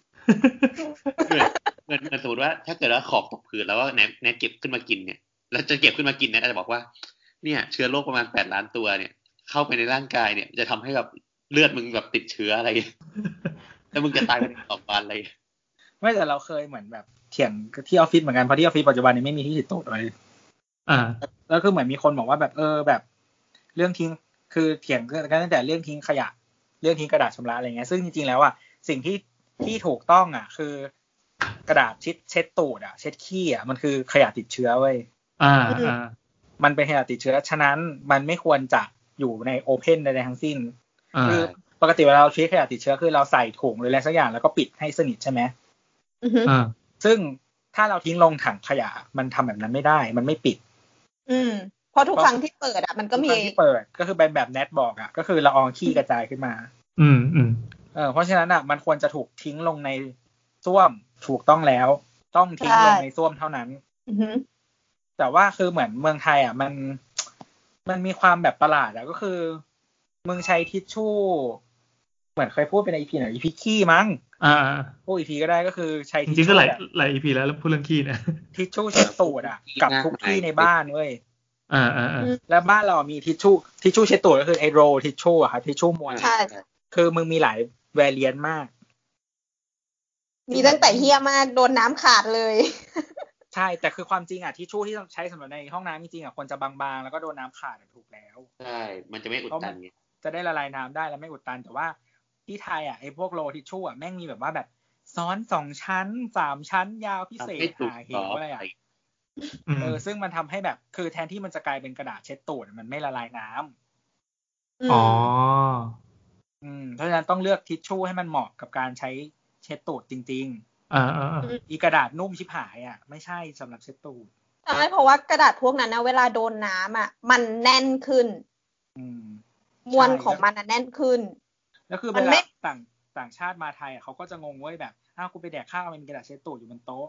เหมือนเหมือนสมมติว่าถ้าเกิดว่าขอบตกพื้นแล้วว่าแนทแนทเก็บขึ้นมากินเนี่ยแล้วจะเก็บขึ้นมากินแนทจะบอกว่าเนี่ยเชื้อโรคประมาณแปดล้านตัวเนี่ยเข้าไปในร่างกายเนี่ยจะทำให้แบบเลือดมึงแบบติดเชื้ออะไรแล้วมึงจะตายภายในสองวันอะไรไม่แต่เราเคยเหมือนแบบเถียงที่ออฟฟิศเหมือนกันเพราะที่ออฟฟิศปัจจุบันนี้ไม่มีที่ฉีดตูดเลยอ่าแล้วคือเหมือนมีคนบอกว่าแบบเออแบบเรื่องทิ้งคือเถียงกันตั้งแต่เรื่องทิ้งขยะเรื่องทิ้งกระดาษชำระอะไรเงี้ยซึ่งจริงๆแล้วอ่ะสิ่งที่ที่ถูกต้องอ่ะคือกระดาษชิดเช็ดตูดอ่ะเช็ดขี้อ่ะมันคือขยะติดเชื้อเว้ยอ่าอ่ามันเป็นขยะติดเชื้อฉะนั้นมันไม่ควรจะอยู่ในโอเพ่นใดๆทั้งสิ้นคือปกติเวลาเราทิ้งขยะติดเชื้อคือเราใส่ถุงหรืออะไรสักอย่างแล้วก็ปิดให้สนิทใช่ไหมอ่าซึ่งถ้าเราทิ้งลงถังขยะมันทำแบบนั้นไม่ได้มันไม่ปิดอืมเพราะทุกครั้งที่เปิดอ่ะมันก็มีที่เปิดก็คือเป็นแบบแนทบอกอ่ะก็คือละอองขี้กระจายขึ้นมาอืมอืมเออเพราะฉะนั้นอ่ะมันควรจะถูกทิ้งลงในส้วมถูกต้องแล้วต้องทิ้งลงในส้วมเท่านั้นอือแต่ว่าคือเหมือนเมืองไทยอ่ะมันมันมีความแบบประหลาดอ่ะก็คือมึงใช้ทิชชู่เหมือนเคยพูดเป็น อี พี หน่อย อี พี ขี้มั้งอ่าพวก อี พี ก็ได้ก็คือใช้จริงๆก็หลายหลาย อี พี แล้วพูดเรื่องขี้นะทิชชู่เช็ดตูดอ่ะกับทุกที่ในบ้านเว้ยอ่าอ่าแล้วบ้านเรามีทิชชู่ทิชชู่เช็ดตูดก็คือไอโรทิชชู่อะครับทิชชู่ม้วนใช่คือมึงมีหลายแวรเลียนมากมีตั้งแต่เหี้ยมากโดนน้ำขาดเลยใช่แต่คือความจริงอ่ะทิชชู่ที่ใช้สำหรับในห้องน้ำจริงๆอ่ะควรจะบางๆแล้วก็โดนน้ำขาดถูกแล้วใช่มันจะไม่อุดตันไงจะได้ละลายน้ำได้แล้วไม่อุดตันแต่ว่าที่ไทยอ่ะไอพวกโรทิชชู่อ่ะแม่งมีแบบว่าแบบซ้อนสองชั้นสามชั้นยาวพิเศษหาเหวอะไรอ่ะเออซึ่งมันทำให้แบบคือแทนที่มันจะกลายเป็นกระดาษเช็ดตูดมันไม่ละลายน้ำอ๋ออืมเพราะฉะนั้นต้องเลือกทิชชู่ให้มันเหมาะกับการใช้เช็ดตูดจริงๆอ่าอ่าอีกระดาษนุ่มชิบหายอ่ะไม่ใช่สำหรับเช็ดตูดใช่เพราะว่ากระดาษพวกนั้นนะเวลาโดนน้ำอ่ะมันแน่นขึ้นอืมมวลของมันแน่นขึ้นแล้วคือเวลาต่างต่างชาติมาไทยอ่ะเขาก็จะงงเว้ยแบบอ้าวกูไปแดกข้าวมันมีกระดาษเช็ดตูดอยู่บนโต๊ะ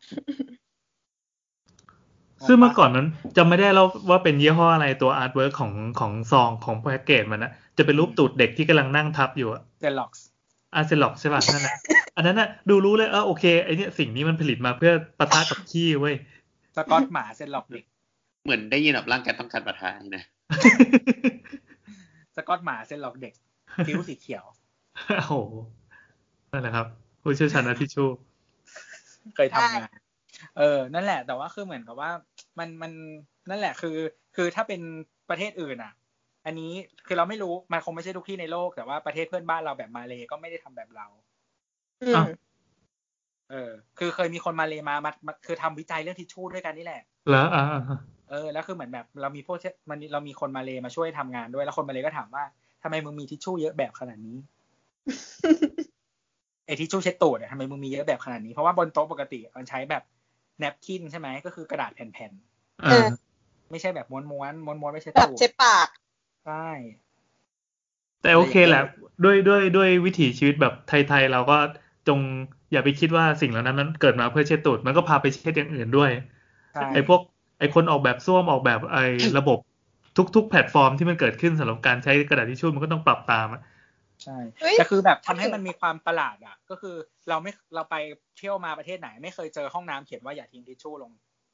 ซึ่งเมื่อก่อนนั้นจำไม่ได้แล้วว่าเป็นยี่ห้ออะไรตัวอาร์ตเวิร์คของของซองของแพ็กเกจมันนะจะเป็นรูปตูดเด็กที่กำลังนั่งทับอยู่อะเซล็อกซ์อ่ะเซล็อกใช่ป่ะนั่นแหละอันนั้นน่ะดูรู้เลยเออโอเคไอเนี้ยสิ่งนี้มันผลิตมาเพื่อปะทะกับขี้เว้ยสกอตหมาเซล็อกเด็กเหมือนได้ยินแบบร่างกายต้องการปะทะนะสกอตหมาเซล็อกเด็กคิ้วสีเขียวโอ้โหนั่นแหละครับผู้เชี่ยวชาญทิชชู่เคยทำงานเออนั่นแหละแต่ว่าคือเหมือนกับว่ามันมันนั่นแหละคือคือถ้าเป็นประเทศอื่นอ่ะอันนี้คือเราไม่รู้มันคงไม่ใช่ทุกที่ในโลกแต่ว่าประเทศเพื่อนบ้านเราแบบมาเลก็ไม่ได้ทำแบบเราอืมเออคือเคยมีคนมาเลมามาคือทำวิจัยเรื่องทิชชู่ด้วยกันนี่แหละแล้วอ่าเออแล้วคือเหมือนแบบเรามีพวกมันเรามีคนมาเลมาช่วยทำงานด้วยแล้วคนมาเลก็ถามว่าทำไมมึงมีทิชชู่เยอะแบบขนาดนี้ ไอ้ทิชชู่เช็ดตูดทำไมมึงมีเยอะแบบขนาดนี้เพราะว่าบนโต๊ะปกติมันใช้แบบแนปคินใช่ไหมก็คือกระดาษแผ่นๆไม่ใช่แบบม้วนม้วนม้วนม้วนไม่ใช่ตูดแบบเช็ดปากใช่แต่โอเคแหละด้วยด้วยด้วยวิถีชีวิตแบบไทยๆเราก็จงอย่าไปคิดว่าสิ่งเหล่านั้นมันเกิดมาเพื่อเช็ดตูดมันก็พาไปเช็ดอย่างอื่นด้วยไอ้พวกไอ้คนออกแบบส้วมออกแบบไอ้ระบบทุกๆแพลตฟอร์มที่มันเกิดขึ้นสำหรับการใช้กระดาษทิชชู่มันก็ต้องปรับตามใช่แต่คือแบบทำให้มันมีความประหลาดอ่ะก็คือเราไม่เราไปเที่ยวมาประเทศไหนไม่เคยเจอห้องน้ำเขียนว่าอย่าทิ้งทิชชู่ลง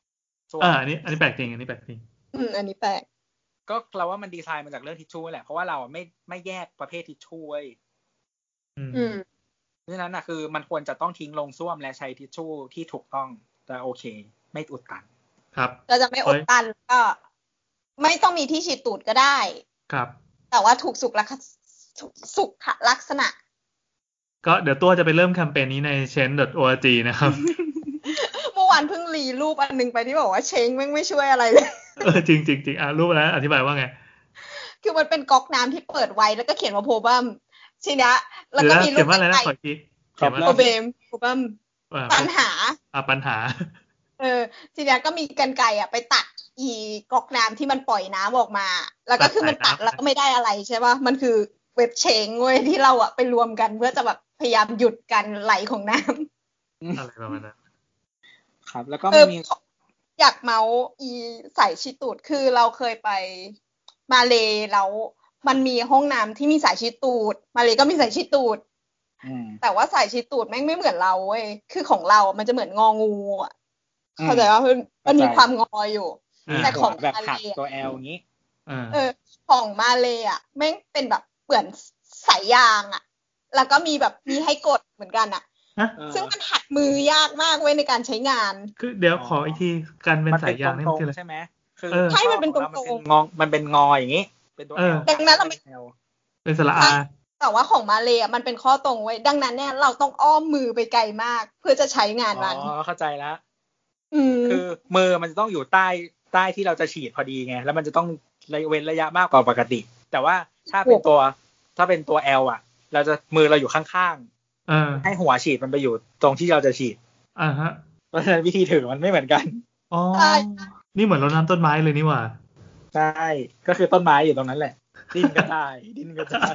อ่าอันนี้อันนี้แปลกจริงอันนี้แปลกจริงอืมอันนี้แปลกก็เราว่ามันดีไซน์มาจากเรื่องทิชชู่แหละเพราะว่าเราไม่ไม่แยกประเภททิชชู่เว้ยอืมเพราะฉะนั้นน่ะคือมันควรจะต้องทิ้งลงส้วมและใช้ทิชชู่ที่ถูกต้องจะโอเคไม่อุดตันครับก็จะไม่อุดตันก็ไม่ต้องมีที่ฉีดตูดก็ได้ครับแต่ว่าถูกสุขลักษณะสุขลักษณะก็เดี๋ยวตัวจะไปเริ่มแคมเปญนี้ใน เชน ดอท โอ อาร์ จี นะครับเมื่อวานเพิ่งรีรูปอันนึงไปที่บอกว่าเชงแม่งไม่ช่วยอะไรเลยเออจริงจริงจริงอ่ะรูปแล้วอธิบายว่าไงคือมันเป็นก๊อกน้ำที่เปิดไว้แล้วก็เขียนว่าโพบัมทีนี้แล้วก็มีรูปเขียนว่าอะไรนะขออีกเขียนว่าโพเบมโพบัมปัญหาอ่ะปัญหาเออทีนี้ก็มีกรรไกรอ่ะไปตัดอีก๊อกน้ำที่มันปล่อยน้ำออกมาแล้วก็คือมันตัดแล้วก็ไม่ได้อะไรใช่ป่ะมันคือเว็บเชงเว้ยที่เราอ่ะไปรวมกันเพื่อจะแบบพยายามหยุดการไหลของน้ำอะไรประมาณนั้นครับแล้วก็ไม่มีอยากเมาส์อีใส่ชีตูดคือเราเคยไปมาเลแล้วมันมีห้องน้ำที่มีสายชีตูดมาเลก็มีสายชีตูดแต่ว่าสายชีตูดแม่งไม่เหมือนเราเว้ยคือของเรามันจะเหมือนงองูอ่ะเข้าใจว่ามันมีความงออยู่แต่ของแบบหักตัว L อย่างงี้เออของมาเลอ่ะแม่งเป็นแบบเหมือนสายยางอ่ะแล้วก็มีแบบมีให้กดเหมือนกันอ่ะซึ่งมันหัดมือยากมากเว้ยในการใช้งานคือเดี๋ยวขออีกทีการเป็นสายยางนี่มันคืออะไรใช่ไหมคือใช่มันเป็นตรงๆงอมันเป็นงออย่างงี้เป็นตัว L ดังนั้นเราไม่เป็นสระอาแต่ว่าของมาเลอ่ะมันเป็นข้อตรงเว้ยดังนั้นเนี่ยเราต้องอ้อมมือไปไกลมากเพื่อจะใช้งานมันอ๋อเข้าใจแล้วคือมือมันจะต้องอยู่ใต้ใต้ที่เราจะฉีดพอดีไงแล้วมันจะต้องเว้นระยะมากกว่าปกติแต่ว่าถ้าเป็นตัวถ้าเป็นตัว L อ่ะเราจะมือเราอยู่ข้างๆเออให้หัวฉีดมันไปอยู่ตรงที่เราจะฉีดอ่าฮะเพราะฉะนั้นวิธีถือมันไม่เหมือนกันอ๋อนี่เหมือนรดน้ำต้นไม้เลยนี่หว่าใช่ก็คือต้นไม้อยู่ตรงนั้นแหละดินก็ได้ดินก็ได้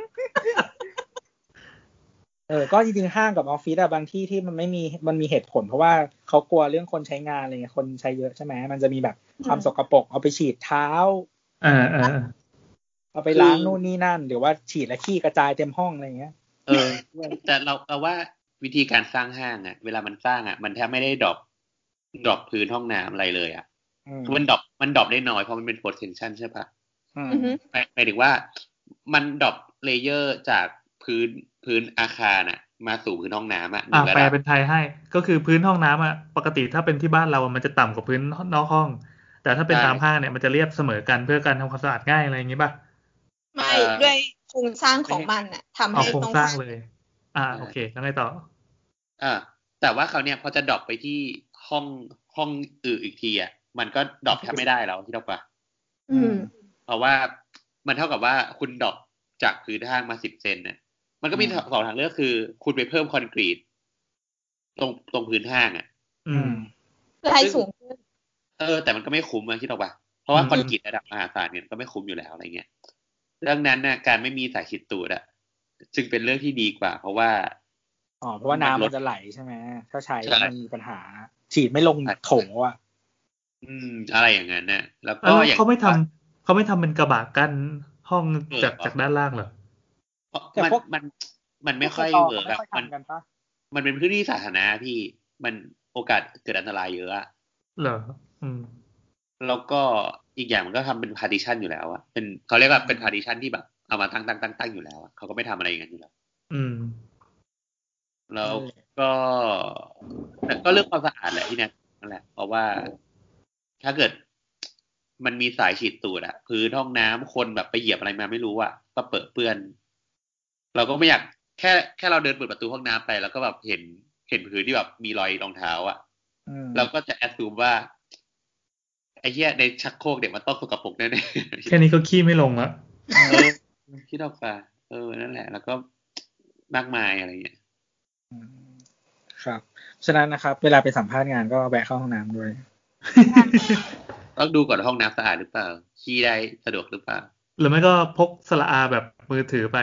เออก็จริงๆห้างกับออฟฟิศอะบางที่ที่มันไม่มีมันมีเหตุผลเพราะว่าเขากลัวเรื่องคนใช้งานอะไรเงี้ยคนใช้เยอะใช่ไหมมันจะมีแบบความสกปรกเอาไปฉีดเท้าเออเออเอาไปล้างนู่นนี่นั่นหรือว่าฉีดแล้วขี้กระจายเต็มห้องอะไรเงี้ยเออแต่เราเราว่าวิธีการสร้างห้างอะเวลามันสร้างอะมันแทบไม่ได้ดรอปดรอปพื้นห้องน้ำอะไรเลยอะมันดรอปมันดรอปได้น้อยเพราะมันเป็น potential ใช่ปะหมายถึงว่ามันดรอปเลเยอร์จากพื้นพื้นอาคารน่ะมาสู่พื้นห้องน้ำอ่ะอ่าแปลเป็นไทยให้ก็คือพื้นห้องน้ำอ่ะปกติถ้าเป็นที่บ้านเรามันจะต่ำกว่าพื้นนอกห้องแต่ถ้าเป็นตามห้างเนี่ยมันจะเรียบเสมอกันเพื่อการทำความสะอาดง่ายอะไรอย่างงี้ป่ะไม่ด้วยโครงสร้างของมันอ่ะทำให้โครงสร้างเลยอ่าโอเคแล้วไงต่ออ่าแต่ว่าเขาเนี่ยพอจะดรอปไปที่ห้องห้องอื่นอีกทีอ่ะมันก็ดรอปแทบไม่ได้แล้วที่เราป่ะอืมเพราะว่ามันเท่ากับว่าคุณดรอปจากพื้นห้างมาสิบเซนเนี่ยมันก็มีสองทางเลือกคือคุณไปเพิ่มคอนกรีตตรงตรงพื้นห้างอ่ะอืมเพื่อให้สูงขึ้นเออแต่มันก็ไม่คุ้มอ่ะคิดออกป่ะเพราะว่าคอนกรีตระดับมหาศาลเนี่ยก็ไม่คุ้มอยู่แล้วอะไรเงี้ยเรื่องนั้นน่ะการไม่มีสายฉีดตูดอ่ะจึงเป็นเรื่องที่ดีกว่าเพราะว่าอ๋อเพราะว่าน้ำมันจะไหลใช่ไหมถ้าใช้มันมีปัญหาฉีดไม่ลงโถอ่ะอืมอะไรอย่างนั้นน่ะแล้วก็อย่างเขาไม่ทำเขาไม่ทำเป็นกระบะกั้นห้องจากจากด้านล่างเหรอมันมันมันไม่ค่อยเวิร์กอะมันมันเป็นพื้นที่สาธารณะพี่มันโอกาสเกิดอันตรายเยอะอะเหรออืมแล้วก็อีกอย่างมันก็ทำเป็นพาร์ติชันอยู่แล้วอะเป็นเขาเรียกว่าเป็นพาร์ติชันที่แบบเอามาตั้งตั้งตั้งตั้งอยู่แล้วอะเขาก็ไม่ทำอะไรอย่างนั้นอยู่แล้วอืมแล้วก็แต่ก็เรื่องความสะอาดแหละที่เนี่ยนั่นแหละเพราะว่าถ้าเกิดมันมีสายฉีดตูดอะพื้นห้องน้ำคนแบบไปเหยียบอะไรมาไม่รู้อะก็เปิดเปื้อนเราก็ไม่อยากแค่แค่เราเดินเปิดประตูห้องน้ำไปแล้วก็แบบเห็นเห็นพื้นที่แบบมีรอยรองเท้าอะเราก็จะแอดซูมว่าไอ้เหี้ยในชักโครกเด็กมันต้องสกปรกแน่ๆแค่นี้ก็ขี้ไม่ลงละเออคิดออกป่ะเออนั่นแหละแล้วก็มากมายอะไรอย่างเงี้ยครับฉะนั้นนะครับเวลาไปสัมภาษณ์งานก็แวะเข้าห้องน้ำด้วยต้องดูก่อนห้องน้ำสะอาดหรือเปล่าขี้ได้สะดวกหรือเปล่าหรือไม่ก็พกสละอาแบบมือถือไป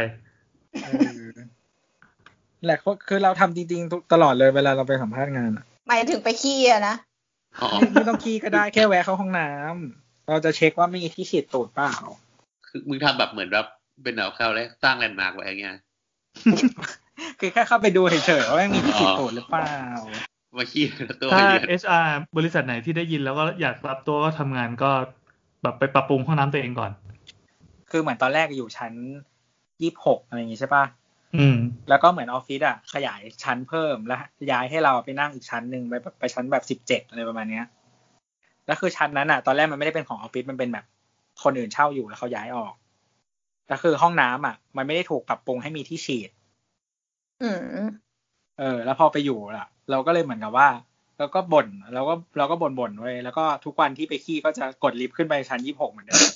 แหละคือเราทำจริงๆตลอดเลยเวลาเราไปสัมภาษณ์งานอ่ะหมายถึงไปขี้อะนะไม่ต้องขี้ก็ได้แค่แวะเข้าห้องน้ำเราจะเช็คว่ามีที่ฉีดตูดเปล่าคือมึงทำแบบเหมือนแบบเป็นเอาเข้าแล้วสร้างแลนด์มาร์กไว้อย่างเงี้ยคือแค่เข้าไปดูเฉยๆว่ามีที่ฉีดตูดหรือเปล่ามาขี้ตัวถ้าเยือนเอช อาร์ บริษัทไหนที่ได้ยินแล้วก็อยากรับตัวก็ทำงานก็แบบไปปรับปรุงห้องน้ำตัวเองก่อนคือเหมือนตอนแรกอยู่ชั้นยี่สิบหกอะไรอย่างงี้ใช่ป่ะอืมแล้วก็เหมือนออฟฟิศอ่ะขยายชั้นเพิ่มแล้วย้ายให้เราไปนั่งอีกชั้นนึงไปไปชั้นแบบสิบเจ็ดอะไรประมาณเนี้ยแล้วคือชั้นนั้นอ่ะตอนแรกมันไม่ได้เป็นของออฟฟิศมันเป็นแบบคนอื่นเช่าอยู่แล้วเขาย้ายออกแล้วคือห้องน้ำอ่ะมันไม่ได้ถูกปรับปรุงให้มีที่ฉีดอืมเออแล้วพอไปอยู่ล่ะเราก็เลยเหมือนกับว่าเราก็บ่นเราก็เราก็บ่นๆไว้แล้วก็ทุกวันที่ไปขี้ก็จะกดลิฟต์ขึ้นไปชั้นยี่สิบหกเหมือนเดิม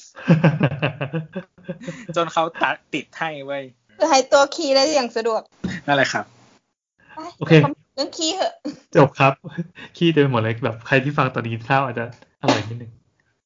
จนเขาตัดติดให้เว้ยจะให้ตัวขี้ได้อย่างสะดวกนั่นแหละครับโอเคเรื่องขี้เหอะจบครับขี้เต็มหมดเลยแบบใครที่ฟังตอนนี้เท่าอาจจะอร่อยนิดนึง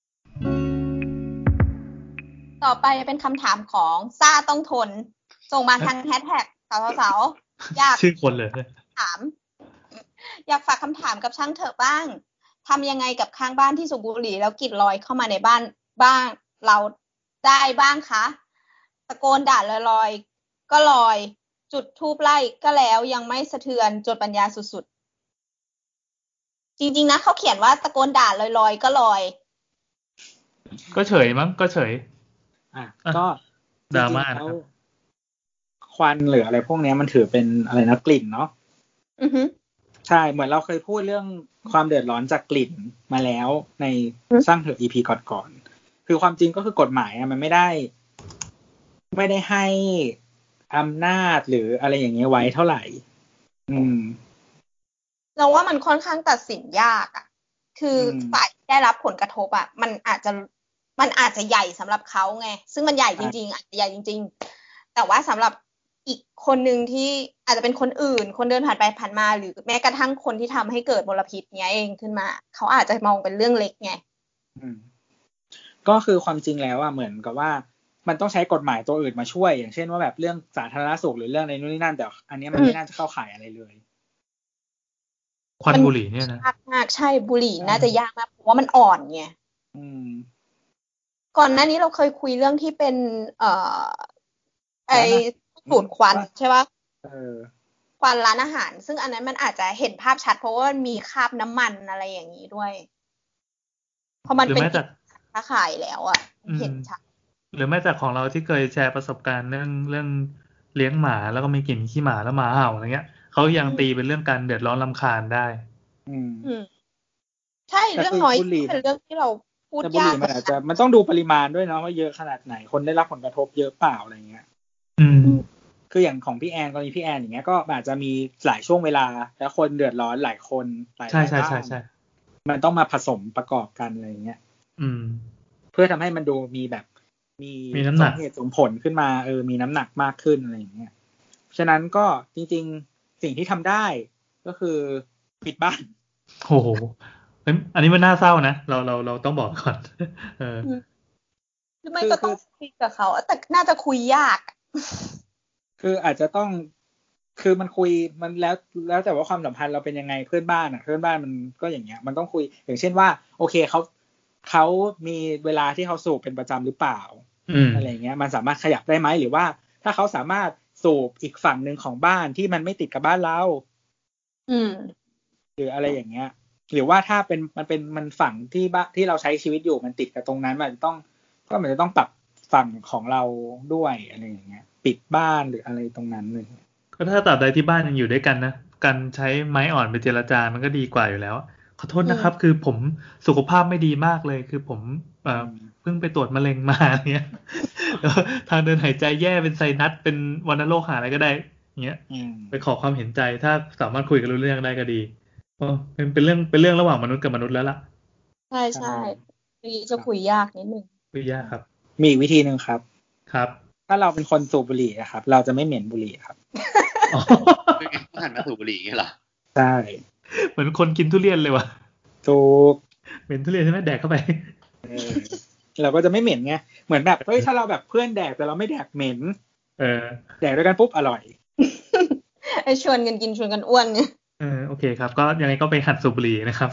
ต่อไปเป็นคำถามของซ่าต้องทนส่งมาทางแฮชแท็กสาวๆอยากชื่อคนเลยถามอยากฝากคำถามกับช่างเถอะบ้างทำยังไงกับข้างบ้านที่สูบบุหรี่แล้วกลิ่นลอยเข้ามาในบ้านบ้างเราได้บ้างคะตะโกนด่าลอยๆก็ลอยจุดธูปไล่ก็แล้วยังไม่สะเทือนจนปัญญาสุดๆจริงๆนะเขาเขียนว่าตะโกนด่าลอยๆก็ลอยก็เฉยมั้งก็เฉยอ่ะก็จริงๆแล้วควันหรืออะไรพวกนี้มันถือเป็นอะไรนะกลิ่นเนาะอือฮึใช่เหมือนเราเคยพูดเรื่องความเดือดร้อนจากกลิ่นมาแล้วในสร้างเถอะ อี พี ก่อนๆคือความจริงก็คือกฎหมายอ่ะมันไม่ได้ไม่ได้ให้อำนาจหรืออะไรอย่างเงี้ยไว้เท่าไหร่อืมเราว่ามันค่อนข้างตัดสินยากอ่ะคือฝ่ายที่ได้รับผลกระทบอ่ะมันอาจจะมันอาจจะใหญ่สำหรับเขาไงซึ่งมันใหญ่จริงๆอาจจะใหญ่จริงๆแต่ว่าสำหรับอีกคนนึงที่อาจจะเป็นคนอื่นคนเดินผ่านไปผ่านมาหรือแม้กระทั่งคนที่ทำให้เกิดมลพิษเนี้ยเองขึ้นมาเขาอาจจะมองเป็นเรื่องเล็กไงอืมก็คือความจริงแล้วอ่ะเหมือนกับว่ามันต้องใช้กฎหมายตัวอื่นมาช่วยอย่างเช่นว่าแบบเรื่องสาธารณสุขหรือเรื่องอะไรนู่นนี่นั่นแต่อันนี้มันไม่น่าจะเข้าข่ายอะไรเลยควันบุหรี่เนี่ยนะยากมากใช่บุหรี่น่าจะยากมากเพราะว่ามันอ่อนไงอืมก่อนหน้านี้เราเคยคุยเรื่องที่เป็นเอ่อไอสูตรควันใช่ป่ะเออควันร้านอาหารซึ่งอันนั้นมันอาจจะเห็นภาพชัดเพราะว่ามันมีคราบน้ำมันอะไรอย่างนี้ด้วยเพราะมันเป็นค้าขายแล้วอ่ะเห็นชัดหรือแม้แต่ของเราที่เคยแชร์ประสบการณ์เรื่องเรื่องเลี้ยงหมาแล้วก็มีกลิ่นขี้หมาแล้วหมาเห่าอะไรเงี้ยเขายังตีเป็นเรื่องการเดือดร้อนรำคาญได้อืมใช่เรื่องน้อยเป็นเรื่องที่เราพูดยากมันอาจจะมันต้องดูปริมาณด้วยเนาะว่าเยอะขนาดไหนคนได้รับผลกระทบเยอะเปล่าอะไรเงี้ยอืมคืออย่างของพี่แอนกรณีพี่แอนอย่างเงี้ยก็อาจจะมีหลายช่วงเวลาแล้วคนเดือดร้อนหลายคนหลายใช่ใช่ใช่ใช่มันต้องมาผสมประกอบกันอะไรเงี้ยอืมเพื่อทำให้มันดูมีแบบมีมีน้ำหนักเหตุสมผลขึ้นมาเออมีน้ำหนักมากขึ้นอะไรอย่างเงี้ยฉะนั้นก็จริงๆสิ่งที่ทำได้ก็คือปิดบ้านโอ้โหอันนี้มันน่าเศร้านะเราเราเราต้องบอกก่อนเออหรือไม่ก็ต้องคุยกับเขาแต่น่าจะคุยยากคืออาจจะต้องคือมันคุยมันแล้วแล้วแต่ว่าความสัมพันธ์เราเป็นยังไงเพื่อนบ้านอ่ะเพื่อนบ้านมันก็อย่างเงี้ยมันต้องคุยอย่างเช่นว่าโอเคเขาเขามีเวลาที่เขาสูบเป็นประจำหรือเปล่าอะไรเงี้ยมันสามารถขยับได้ไหมหรือว่าถ้าเขาสามารถสูบอีกฝั่งหนึ่งของบ้านที่มันไม่ติดกับบ้านเราอืมหรืออะไรอย่างเงี้ยหรือว่าถ้าเป็นมันเป็นมันฝั่งที่บ้านที่เราใช้ชีวิตอยู่มันติดกับตรงนั้นมันจะต้องก็มันจะต้องปรับฝั่งของเราด้วยอะไรอย่างเงี้ยปิดบ้านหรืออะไรตรงนั้นเลยก็ถ้าตราบใดที่บ้านยังอยู่ด้วยกันนะการใช้ไม้อ่อนไปเจรจามันก็ดีกว่าอยู่แล้วขอโทษนะครับคือผมสุขภาพไม่ดีมากเลยคือผมเอ่อเพิ่งไปตรวจมะเร็งมาเงี้ยทางเดินหายใจแย่เป็นไซนัสเป็นวัณโรคหาอะไรก็ได้เงี้ยไปขอความเห็นใจถ้าสามารถคุยกันรู้เรื่องได้ก็ดีอ๋อเป็นเป็นเรื่องเป็นเรื่องระหว่างมนุษย์กับมนุษย์แล้วล่ะใช่ใช่นี่จะคุยยากนิดนึงคุยยากครับมีอีกวิธีนึงครับครับถ้าเราเป็นคนสูบบุหรี่อะครับเราจะไม่เหม็นบุหรี่ครับอ๋อหันมาสูบบุหรี่ไงล่ะใช่เหมือนคนกินทุเรียนเลยว่ะถูกเหม็นทุเรียนใช่ไหมแดกเข้าไปเออเราก็จะไม่เหม็นไงเหมือนแบบเฮ้ยถ้าเราแบบเพื่อนแดกแต่เราไม่แดกเหม็นเออแดกด้วยกันปุ๊บอร่อยไอชวนกันกินชวนกันอ้วนเนี่ยเออโอเคครับก็ยังไงก็ไปหัดสูบบุหรี่นะครับ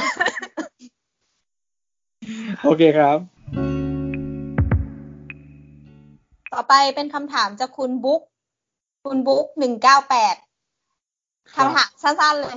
โอเคครับต่อไปเป็นคำถามจากคุณบุ๊กคุณบุ๊กหนึ่งเก้าแปดคำถามสั้นๆเลย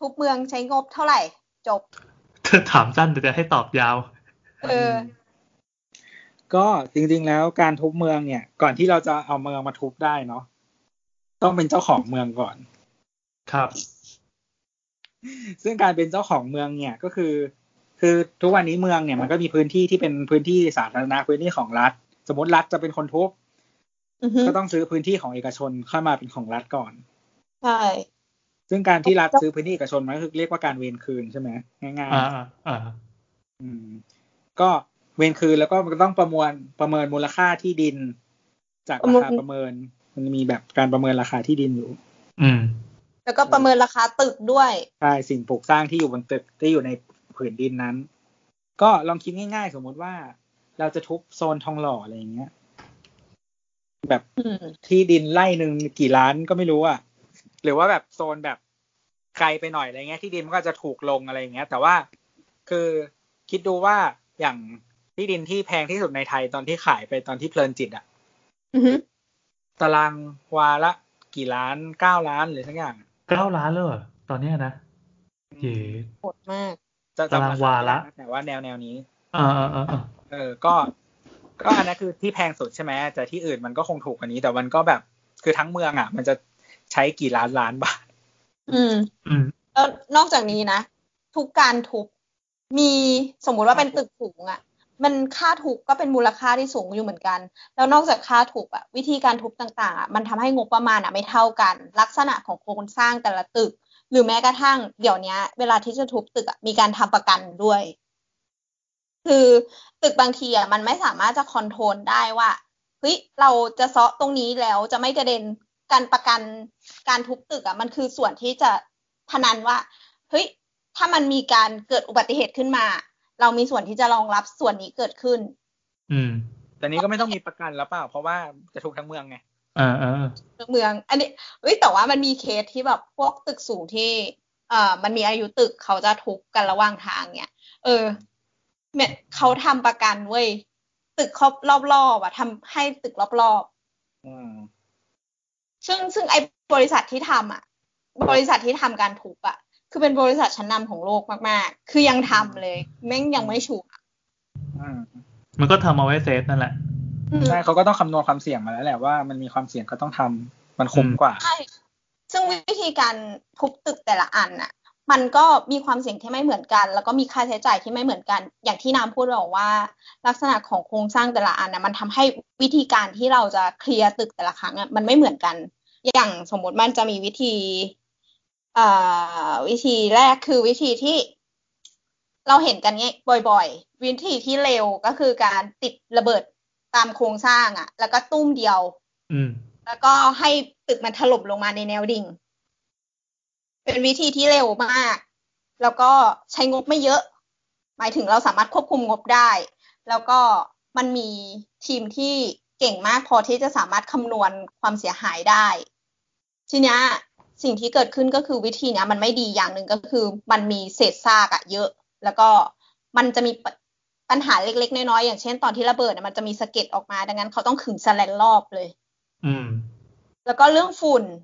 ทุบเมืองใช้งบเท่าไหร่จบเธอถามสั้นแต่จะให้ตอบยาวเออก็จริงๆแล้วการทุบเมืองเนี่ยก่อนที่เราจะเอาเมืองมาทุบได้เนาะต้องเป็นเจ้าของเมืองก่อนครับซึ่งการเป็นเจ้าของเมืองเนี่ยก็คือคือทุกวันนี้เมืองเนี่ยมันก็มีพื้นที่ที่เป็นพื้นที่สาธารณะพื้นที่ของรัฐสมมติรัฐจะเป็นคนทุบก็ต้องซื้อพื้นที่ของเอกชนเข้ามาเป็นของรัฐก่อนใช่ซึ่งการที่รัฐซื้อพื้นที่เอกชนมันก็คือเรียกว่าการเวรคืนใช่ไหมง่ายๆอ่าอ่าอืมก็เวรคืนแล้วก็มันต้องประมวลประเมินมูลค่าที่ดินจากราคาประเมินมันมีแบบการประเมินราคาที่ดินอยู่อืมแล้วก็ประเมินราคาตึกด้วยใช่สิ่งปลูกสร้างที่อยู่บนตึกที่อยู่ในผืนดินนั้นก็ลองคิดง่ายๆสมมติว่าเราจะทุบโซนทองหล่ออะไรอย่างเงี้ยแบบที่ดินไร่นึงกี่ล้านก็ไม่รู้อ่ะหรือว่าแบบโซนแบบไกลไปหน่อยอะไรเงี้ยที่ดินมันก็จะถูกลงอะไรอย่างเงี้ยแต่ว่าคือคิดดูว่าอย่างที่ดินที่แพงที่สุดในไทยตอนที่ขายไปตอนที่เพลินจิตอ่ะตารางวาละกี่ล้านเก้าล้านหรือทั้งอย่างเก้าล้านเลยตอนนี้นะเย้โหดมากจะตารางวาละแต่ว่าแนวแนวนี้อ่าอ่าอ่าเออก็ก็อันนั้นคือที่แพงสุดใช่ไหมแต่ที่อื่นมันก็คงถูกกว่านี้แต่มันก็แบบคือทั้งเมืองอ่ะมันจะใช้กี่ล้านล้านบาทอืมอืมแล้วนอกจากนี้นะทุกการทุบมีสมมุติว่าเป็นตึกสูงอ่ะมันค่าทุบก็เป็นมูลค่าที่สูงอยู่เหมือนกันแล้วนอกจากค่าทุบอ่ะวิธีการทุบต่างๆอ่ะมันทำให้งบประมาณอ่ะไม่เท่ากันลักษณะของโครงสร้างแต่ละตึกหรือแม้กระทั่งเดี๋ยวนี้เวลาที่จะทุบตึกอ่ะมีการทำประกันด้วยคือตึกบางทีอ่ะมันไม่สามารถจะคอนโทรลได้ว่าเฮ้ยเราจะเซาะตรงนี้แล้วจะไม่กระเด็นการประกันการทุบตึกอ่ะมันคือส่วนที่จะพนันว่าเฮ้ยถ้ามันมีการเกิดอุบัติเหตุขึ้นมาเรามีส่วนที่จะรองรับส่วนนี้เกิดขึ้นอืมแต่นี้ก็ไม่ต้องมีประกันแล้วเปล่าเพราะว่าจะทุบทั้งเมืองไงอ่าอ่าเมืองอันนี้เอ้ยแต่ว่ามันมีเคสที่แบบพวกตึกสูงที่เอ่อมันมีอายุตึกเขาจะทุบกันระหว่างทางเนี่ยเออเนี่ยเขาทำประกันเว้ยตึกครอบรอบๆอ่ะทำให้ตึกรอบๆอืมซึ่งซึ่งไอ้บริษัทที่ทำอ่ะบริษัทที่ทำการทุบอ่ะคือเป็นบริษัทชั้นนำของโลกมากๆคือยังทำเลยแม่งยังไม่ชัวร์มันก็ทำเอาไว้เซฟนั่นแหละใช่เขาก็ต้องคำนวณความเสี่ยงมาแล้วแหละว่ามันมีความเสี่ยงก็ต้องทำมันคุ้มกว่าใช่ซึ่งวิธีการทุบตึกแต่ละอันน่ะมันก็มีความเสี่ยงที่ไม่เหมือนกันแล้วก็มีค่าใช้จ่ายที่ไม่เหมือนกันอย่างที่น้ำพูดบอกว่าลักษณะของโครงสร้างแต่ละอันน่ะมันทำให้วิธีการที่เราจะเคลียร์ตึกแต่ละครั้งอ่ะมันไม่เหมือนกันอย่างสมมติมันจะมีวิธีอ่าวิธีแรกคือวิธีที่เราเห็นกันงี้บ่อยๆวิธีที่เร็วก็คือการติดระเบิดตามโครงสร้างอ่ะแล้วก็ตุ้มเดียวอืมแล้วก็ให้ตึกมันถล่มลงมาในแนวดิ่งเป็นวิธีที่เร็วมากแล้วก็ใช้งบไม่เยอะหมายถึงเราสามารถควบคุมงบได้แล้วก็มันมีทีมที่เก่งมากพอที่จะสามารถคำนวณความเสียหายได้ทีเนี้ยสิ่งที่เกิดขึ้นก็คือวิธีเนี้ยมันไม่ดีอย่างหนึ่งก็คือมันมีเศษซากอะเยอะแล้วก็มันจะมีปัญหาเล็กๆน้อยๆอย่างเช่นตอนที่ระเบิดมันจะมีสะเก็ดออกมาดังนั้นเขาต้องขึงแสแลนรอบเลยอืมแล้วก็เรื่องฝุ่น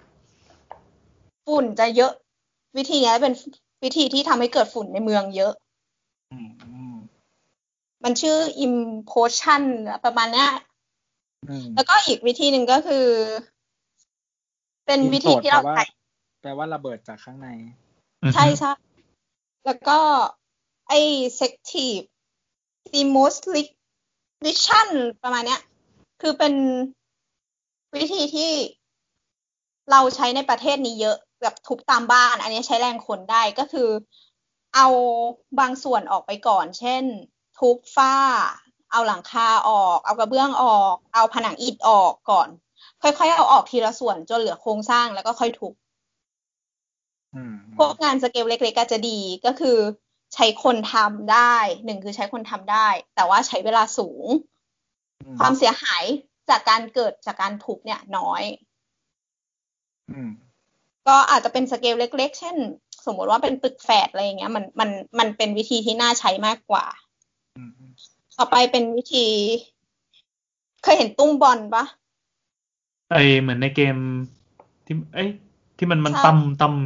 ฝุ่นจะเยอะวิธีนี้เป็นวิธีที่ทำให้เกิดฝุ่นในเมืองเยอะมันชื่อ implosion ประมาณนี้แล้วก็อีกวิธีหนึ่งก็คือเป็นวิธีที่เราใช้แปลว่าระเบิดจากข้างในใช่ใช่แล้วก็ไอ้ selective demolition ประมาณนี้คือเป็นวิธีที่เราใช้ในประเทศนี้เยอะแบบทุบตามบ้านอันนี้ใช้แรงคนได้ก็คือเอาบางส่วนออกไปก่อนเช่นทุบฝ้าเอาหลังคาออกเอากระเบื้องออกเอาผนังอิฐออกก่อนค่อยๆเอาออกทีละส่วนจนเหลือโครงสร้างแล้วก็ค่อยทุบพวกงานสเกลเล็กๆก็จะดีก็คือใช้คนทำได้หนึ่งคือใช้คนทำได้แต่ว่าใช้เวลาสูงความเสียหายจากการเกิดจากการทุบเนี่ยน้อยก็อาจจะเป็นสเกลเล็กๆเช่นสมมติว่าเป็นตึกแฝดอะไรอย่างเงี้ยมันมันมันเป็นวิธีที่น่าใช้มากกว่าต่อไปเป็นวิธีเคยเห็นตุ้มบอลปะไอเหมือนในเกมที่เอ้ยที่มันมันตำต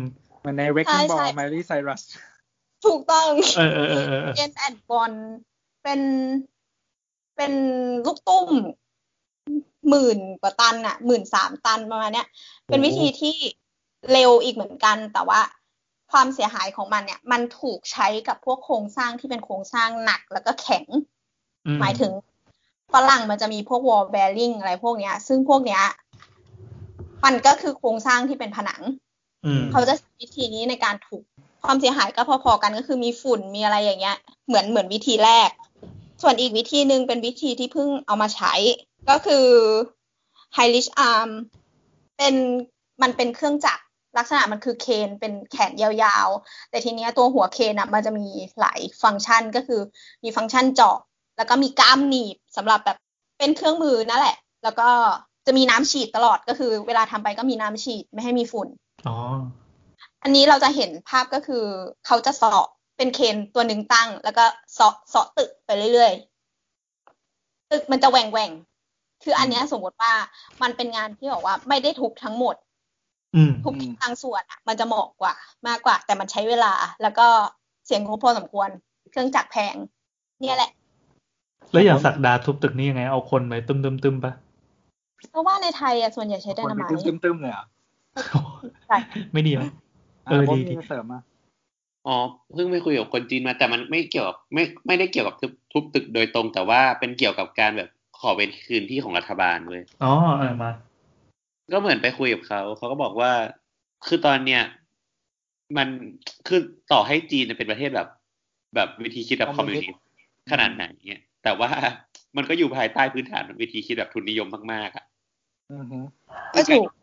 เหมือนใน Wrecking Ball Miley Cyrus ถูกต้องเออเออเออเออเจนแอนด์บอลเป็นเป็นลูกตุ้มหมื่นกว่าตันอะหมื่นสามตันประมาณเนี้ยเป็นวิธีที่เร็วอีกเหมือนกันแต่ว่าความเสียหายของมันเนี่ยมันถูกใช้กับพวกโครงสร้างที่เป็นโครงสร้างหนักแล้วก็แข็งหมายถึงฝรั่งมันจะมีพวก wall bearing อะไรพวกเนี้ยซึ่งพวกเนี้ยมันก็คือโครงสร้างที่เป็นผนังเขาจะใช้วิธีนี้ในการถูกความเสียหายก็พอๆกันก็คือมีฝุ่นมีอะไรอย่างเงี้ยเหมือนเหมือนวิธีแรกส่วนอีกวิธีนึงเป็นวิธีที่เพิ่งเอามาใช้ก็คือ high reach arm เป็นมันเป็นเครื่องจักรลักษณะมันคือเคนเป็นแขนยาวๆแต่ทีเนี้ยตัวหัวเคนอ่ะมันจะมีหลายฟังก์ชันก็คือมีฟังก์ชันเจาะแล้วก็มีก้ามหนีบสำหรับแบบเป็นเครื่องมือนั่นแหละแล้วก็จะมีน้ำฉีดตลอดก็คือเวลาทำไปก็มีน้ำฉีดไม่ให้มีฝุ่นอ๋ออันนี้เราจะเห็นภาพก็คือเขาจะเสาะเป็นเคนตัวหนึ่งตั้งแล้วก็เสาะเสาะตึกไปเรื่อยๆตึกมันจะแหว่งแหว่งคืออันนี้สมมติว่ามันเป็นงานที่บอกว่าไม่ได้ทุบทั้งหมดทุบทางส่วนอ่ะมันจะเหมาะกว่ามากกว่าแต่มันใช้เวลาแล้วก็เสียงงบพอสมควรเครื่องจักรแพงเนี่ยแหละแล้วอย่างศักดาทุบตึกนี่ยังไงเอาคนไปตึมๆๆป่ะเพราะว่าในไทยอ่ะส่วนใหญ่ใช้ไดนาไมต์ตึมๆๆเลยอ่ะไม่ดีมั้ยเออดีๆเสริมมาอ๋อเพิ่งไปคุยกับคนจีนมาแต่มันไม่เกี่ยวกับไม่ไม่ได้เกี่ยวกับทุบตึกโดยตรงแต่ว่าเป็นเกี่ยวกับการแบบขอเป็นคืนที่ของรัฐบาลเว้ยอ๋อเออมาก็เหมือนไปคุยกับเขาเขาก็บอกว่าคือตอนเนี้ยมันคือต่อให้จีนเป็นประเทศแบบแบบวิธีคิดแบบคอมมิวนิสต์ขนาดไหนเนี่ยแต่ว่ามันก็อยู่ภายใต้พื้นฐานวิธีคิดแบบทุนนิยมมากๆอ่ะอือฮึก็ถูก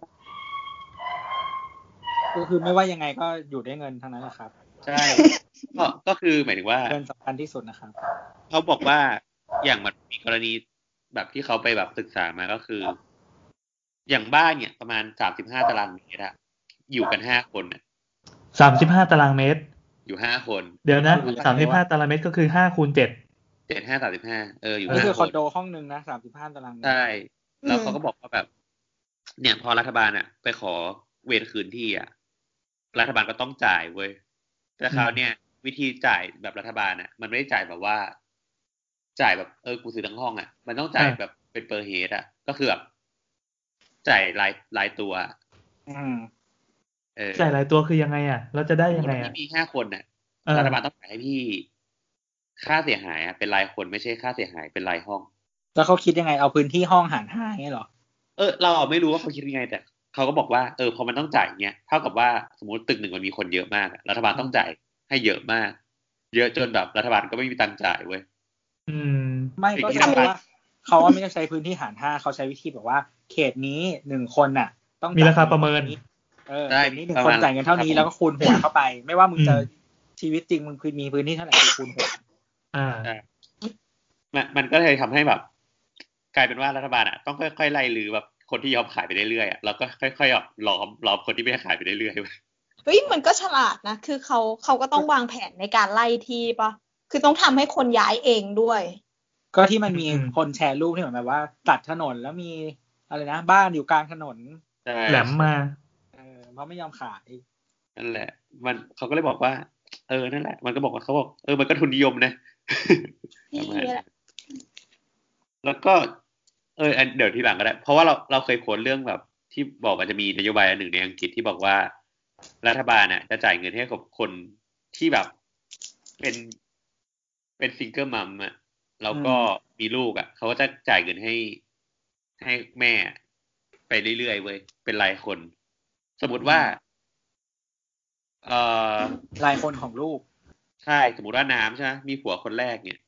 ก็คือไม่ว่ายังไงก็อยู่ได้เงินทั้งนั้นแหละครับใช่ก็ก็คือหมายถึงว่าเงินสำคัญที่สุดนะครับเขาบอกว่าอย่างมันมีกรณีแบบที่เขาไปแบบศึกษามาก็คืออย่างบ้านเนี่ยประมาณสามสิบห้าตารางเมตรอะอยู่กันห้าคนน่ะสามสิบห้าตารางเมตรอยู่ห้าคนเดี๋ยวนะสามสิบห้าตารางเมตรก็คือห้าคูณเจ็ดเจ็ด ห้า สามสิบห้าเอออยู่ห้าคนนี่คือคอนโดห้องนึงนะสามสิบห้าตารางเมตรใช่แล้วเขาก็บอกว่าแบบเนี่ยพอรัฐบาลอ่ะไปขอเวรคืนที่อ่ะรัฐบาลก็ต้องจ่ายเว้ยแต่คราวเนี้ยวิธีจ่ายแบบรัฐบาลอ่ะมันไม่ได้จ่ายแบบว่าจ่ายแบบเออกูซื้อทั้งห้องอ่ะมันต้องจ่ายแบบเป็นเปอร์เฮดอ่ะก็คือแบบจ่ายรายรายตัวอืมเออจ่ายรายตัวคือยังไงอ่ะเราจะได้ยังไงอ่ะมีห้าคนน่ะรัฐบาลต้องจ่ายให้พี่ค่าเสียหายอ่ะเป็นรายคนไม่ใช่ค่าเสียหายเป็นรายห้องแล้วเขาคิดยังไงเอาพื้นที่ห้องหารห้าอย่างเงี้ยหรอเออเราไม่รู้ว่าเขาคิดยังไงแต่เขาก็บอกว่าเออพอมันต้องจ่ายเงี้ยเท่ากับว่าสมมติตึกหนึ่งมันมีคนเยอะมากรัฐบาลต้องจ่ายให้เยอะมากเยอะจนแบบรัฐบาลก็ไม่มีตังค์จ่ายเว้ยอืมไม่ก็ใช่ว่าเขาว่าไม่ได้ใช้พื้นที่หารห้าเขาใช้วิธีแบบว่าเขตนี้หนึ่งคนน่ะต้องมีราคาประเมินเออเขตนี้หนึ่งคนจ่ายเงินเท่านี้แล้วก็คูณหัวเข้าไปไม่ว่ามึงจะชีวิตจริงมึงคือมีพื้นที่เท่าไหร่คูณหัวอ่ามันมันก็เลยทำให้แบบกลายเป็นว่ารัฐบาลอ่ะต้องค่อยๆไล่ลือแบบคนที่ยอมขายไปเรื่อยๆอ่ะแล้วก็ค่อยๆแบบล้อมล้อมคนที่ไม่ขายไปเรื่อยๆเฮ้ยมันก็ฉลาดนะคือเขาเขาก็ต้องวางแผนในการไล่ที่ป่ะคือต้องทำให้คนย้ายเองด้วยก็ที่มันมีคนแชร์รูปที่เหมือนแบบว่าตัดถนนแล้วมีอะไรนะบ้านอยู่กลางถนนแหลมมาเออเขาไม่ยอมขายนั่นแหละมันเขาก็เลยบอกว่าเออนั่นแหละมันก็บอกว่าเขาบอกเออมันก็ทุนนิยมนะนี่แหละแล้วก็เออเดี๋ยวทีหลังก็ได้เพราะว่าเราเราเคยโพสต์เรื่องแบบที่บอกว่าจะมีนโยบายอันหนึ่งในอังกฤษที่บอกว่ารัฐบาลน่ะจะจ่ายเงินให้กับคนที่แบบเป็นเป็นซิงเกิลมัมอ่ะแล้วก็มีลูกอ่ะเขาก็จะจ่ายเงินให้ให้แม่ไปเรื่อยๆเว้ยเป็นรายคนสมมติว่าเอ่อรายคนของลูกใช่สมมติว่าน้ำใช่ไหมมีผัวคนแรกเนี่ย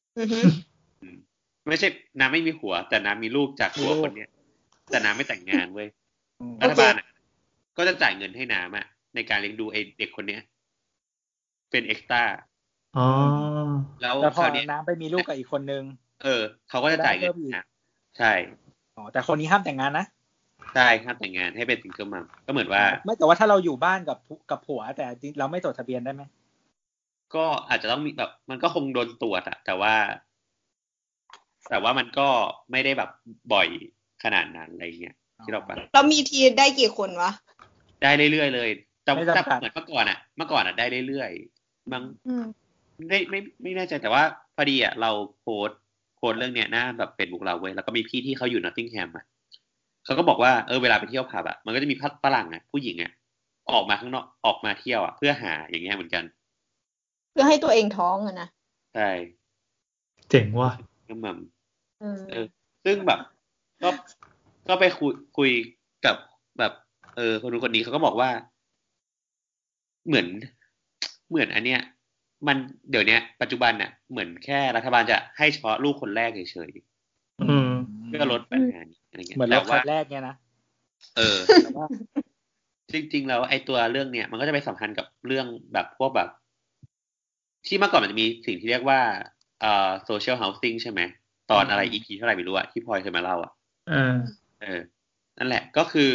ไม่ใช่น้ำไม่มีผัวแต่น้ำมีลูกจากผัวคนเนี้ยแต่น้ำไม่แต่งงานเว้ยรัฐบาลอ่ะก็จะจ่ายเงินให้น้ำอ่ะในการเลี้ยงดูไอ้เด็กคนเนี้ยเป็นเอ็กซ์ตร้าอ๋อแล้วพอน้ำไปมีลูกกับอีกคนนึงเออเขาก็จะจ่ายเงินนะใช่อ๋อแต่คนนี้ห้ามแต่งงานนะใช่ห้ามแต่งงานให้เป็นซิงเกิลมัมก็เหมือนว่าไม่แต่ว่าถ้าเราอยู่บ้านกับกับผัวแต่เราไม่จดทะเบียนได้ไหมก็อาจจะต้องมีแบบมันก็คงโดนตรวจอะแต่ว่าแต่ว่ามันก็ไม่ได้แบบบ่อยขนาดนั้นอะไรเงี้ยที่เราไปเรามีทีได้กี่คนวะได้เรื่อยๆเลยแต่แต่เหมือนเมื่อก่อนอ่ะเมื่อก่อนอ่ะได้เรื่อยๆมั้งไม่ไม่ไม่แน่ใจแต่ว่าพอดีอ่ะเราโพสโพสเรื่องเนี้ยหน้าแบบเป็นบุกเราเว้ยแล้วก็มีพี่ที่เขาอยู่นอตติงแฮมอ่ะเขาก็บอกว่าเออเวลาไปเที่ยวผับอ่ะมันก็จะมีพัดฝรั่งอ่ะผู้หญิงอ่ะออกมาข้างนอกออกมาเที่ยวอ่ะเพื่อหาอย่างเงี้ยเหมือนกันเพื่อให้ตัวเองท้องอะนะใช่เจ๋งว่ะก็มันเออซึ่งแบบก็ก็ไปคุยคุยกับแบบเออคนนู้นคนนี้เขาก็บอกว่าเหมือนเหมือนอันเนี้ยมันเดี๋ยวนี้ปัจจุบันเนี่ยเหมือนแค่รัฐบาลจะให้เฉพาะลูกคนแรกเฉยๆเพื่อลดปัญหานี้อะไรเงี้ยเหมือนลูกคนแรกเนี่ยนะเออแต่ว่าจริงๆแล้วไอ้ตัวเรื่องเนี้ยมันก็จะไปสัมพันธ์กับเรื่องแบบพวกแบบที่เมื่อก่อนมันจะมีสิ่งที่เรียกว่าเอ่อ social housing ใช่ไหมตอนอะไร อี พี เท่าไหร่ไม่รู้อะที่พลอยเคยมาเล่าอะเออเออนั่นแหละก็คือ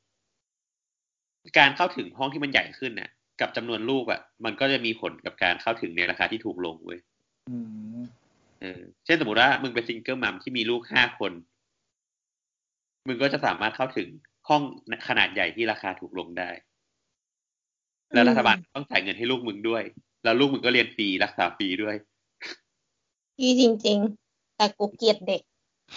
การเข้าถึงห้องที่มันใหญ่ขึ้นเนี่ยกับจำนวนลูกอ่ะมันก็จะมีผลกับการเข้าถึงในราคาที่ถูกลงเว้ยเออเช่นสมมติว่ามึงเป็นซิงเกิลมัมที่มีลูกห้าคนมึงก็จะสามารถเข้าถึงห้องขนาดใหญ่ที่ราคาถูกลงได้แล้วรัฐบาลต้องจ่ายเงินให้ลูกมึงด้วยแล้วลูกมึงก็เรียนฟรีรักษาฟรีด้วยดีจริงๆแต่กูเกลียดเด็ก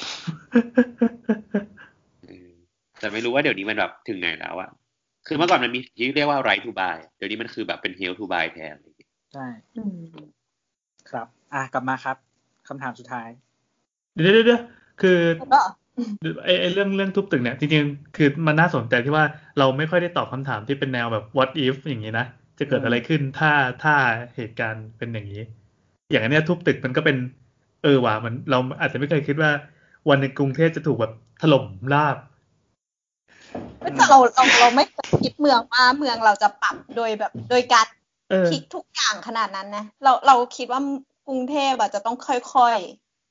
แต่ไม่รู้ว่าเดี๋ยวนี้มันแบบถึงไหนแล้วอะคือเมื่อก่อนมันมีที่เรียกว่า right to buy เดี๋ยวนี้มันคือแบบเป็น help to buy แทนใช่ครับอ่ะกลับมาครับคำถามสุดท้ายเดี๋ยวเดี๋ยวคือไอไอเรื่องเรื่องทุบตึกเนี่ยจริงๆคือมันน่าสนใจที่ว่าเราไม่ค่อยได้ตอบคำถามที่เป็นแนวแบบ what if อย่างนี้นะจะเกิดอะไรขึ้นถ้าถ้าเหตุการณ์เป็นอย่างนี้อย่างอันเนี้ยทุบตึกมันก็เป็นเออว่ะมันเราอาจจะไม่เคยคิดว่าวันในกรุงเทพจะถูกแบบถล่มราบแต่เราเราเราไม่เคยคิดเมืองว่าเมืองเราจะปรับโดยแบบโดยการพลิกทุกอย่างขนาดนั้นนะเราเราคิดว่ากรุงเทพอ่ะจะต้องค่อย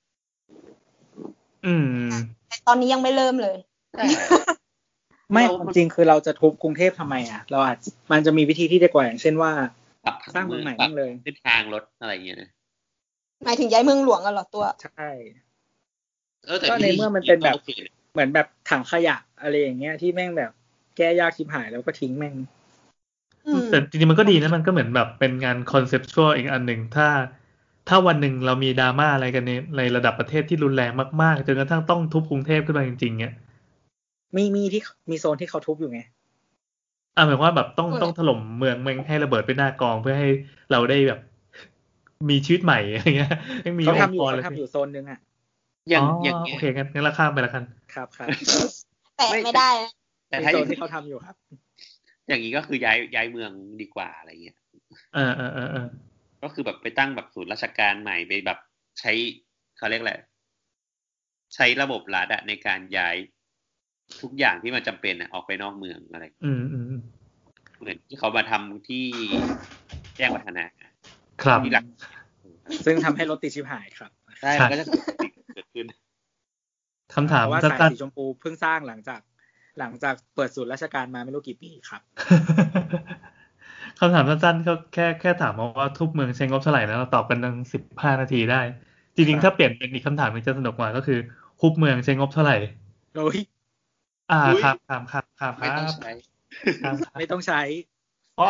ๆอืมแต่ตอนนี้ยังไม่เริ่มเลยไม่จริงคือเราจะทุบกรุงเทพทำไมอ่ะเราอาจมันจะมีวิธีที่ดีกว่าอย่างเช่นว่าสร้างเมืองใหม่นั่นเลยเส้นทางรถอะไรอย่างเงี้ยนะหมายถึงย้ายเมืองหลวงกันหรอตัวใช่ก็ในเมื่อมันเป็นแบบเหมือนแบบถังขยะอะไรอย่างเงี้ยที่แม่งแบบแก้ยากชิบหายแล้วก็ทิ้งแม่งแต่จริงๆมันก็ดีนะมันก็เหมือนแบบเป็นงานคอนเซปชวลอีกอันหนึ่งถ้าถ้าวันหนึ่งเรามีดราม่าอะไรกันในในระดับประเทศที่รุนแรงมากๆจนกระทั่งต้องทุบกรุงเทพขึ้นมาจริงๆเนี่ยมีมีที่มีโซนที่เขาทุบอยู่ไงอ่าหมายความว่าแบบต้องต้องถล่มเมืองเมืองให้ระเบิดไปหน้ากองเพื่อให้เราได้แบบมีชีวิตใหม่อะไรเงี้ยยังมีเขาทำอยู่เขาทำอยู่โซนนึงอ่ะอย่างอย่างโอเคงั้นงั้นเราข้ามไปละกันครับครับแต่ไม่ได้แต่โซนที่เขาทำอยู่ครับอย่างนี้ก็คือย้ายย้ายเมืองดีกว่าอะไรเงี้ยเออเออเออเออก็คือแบบไปตั้งแบบศูนย์ราชการใหม่ไปแบบใช้เขาเรียกอะไรใช้ระบบรัฐในการย้ายทุกอย่างที่มันจำเป็นออกไปนอกเมืองอะไรอืมอืมเหมือนที่เขามาทำที่แจ้งวัฒนะครับที่หลักซึ่งทำให้รถติดชิบหายครับใช่มันก็จะเกิดขึ้นคำถามว่าสายสีชมพูเพิ่งสร้างหลังจากหลังจากเปิดศูนย์ราชการมาไม่รู้กี่ปีครับคำถามสั้นๆก็แค่แค่ถามว่าทุบเมืองใช้งบเท่าไหร่แล้วเราตอบกันตั้งสิบห้านาทีได้จริงๆถ้าเปลี่ยนเป็นอีกคำถามมันจะสนุกกว่าก็คือทุบเมืองใช้งบเท่าไหร่โอ้ยอ่าครับครับครับครับไม่ต้องใช้ไม่ต้องใช้อ๋อ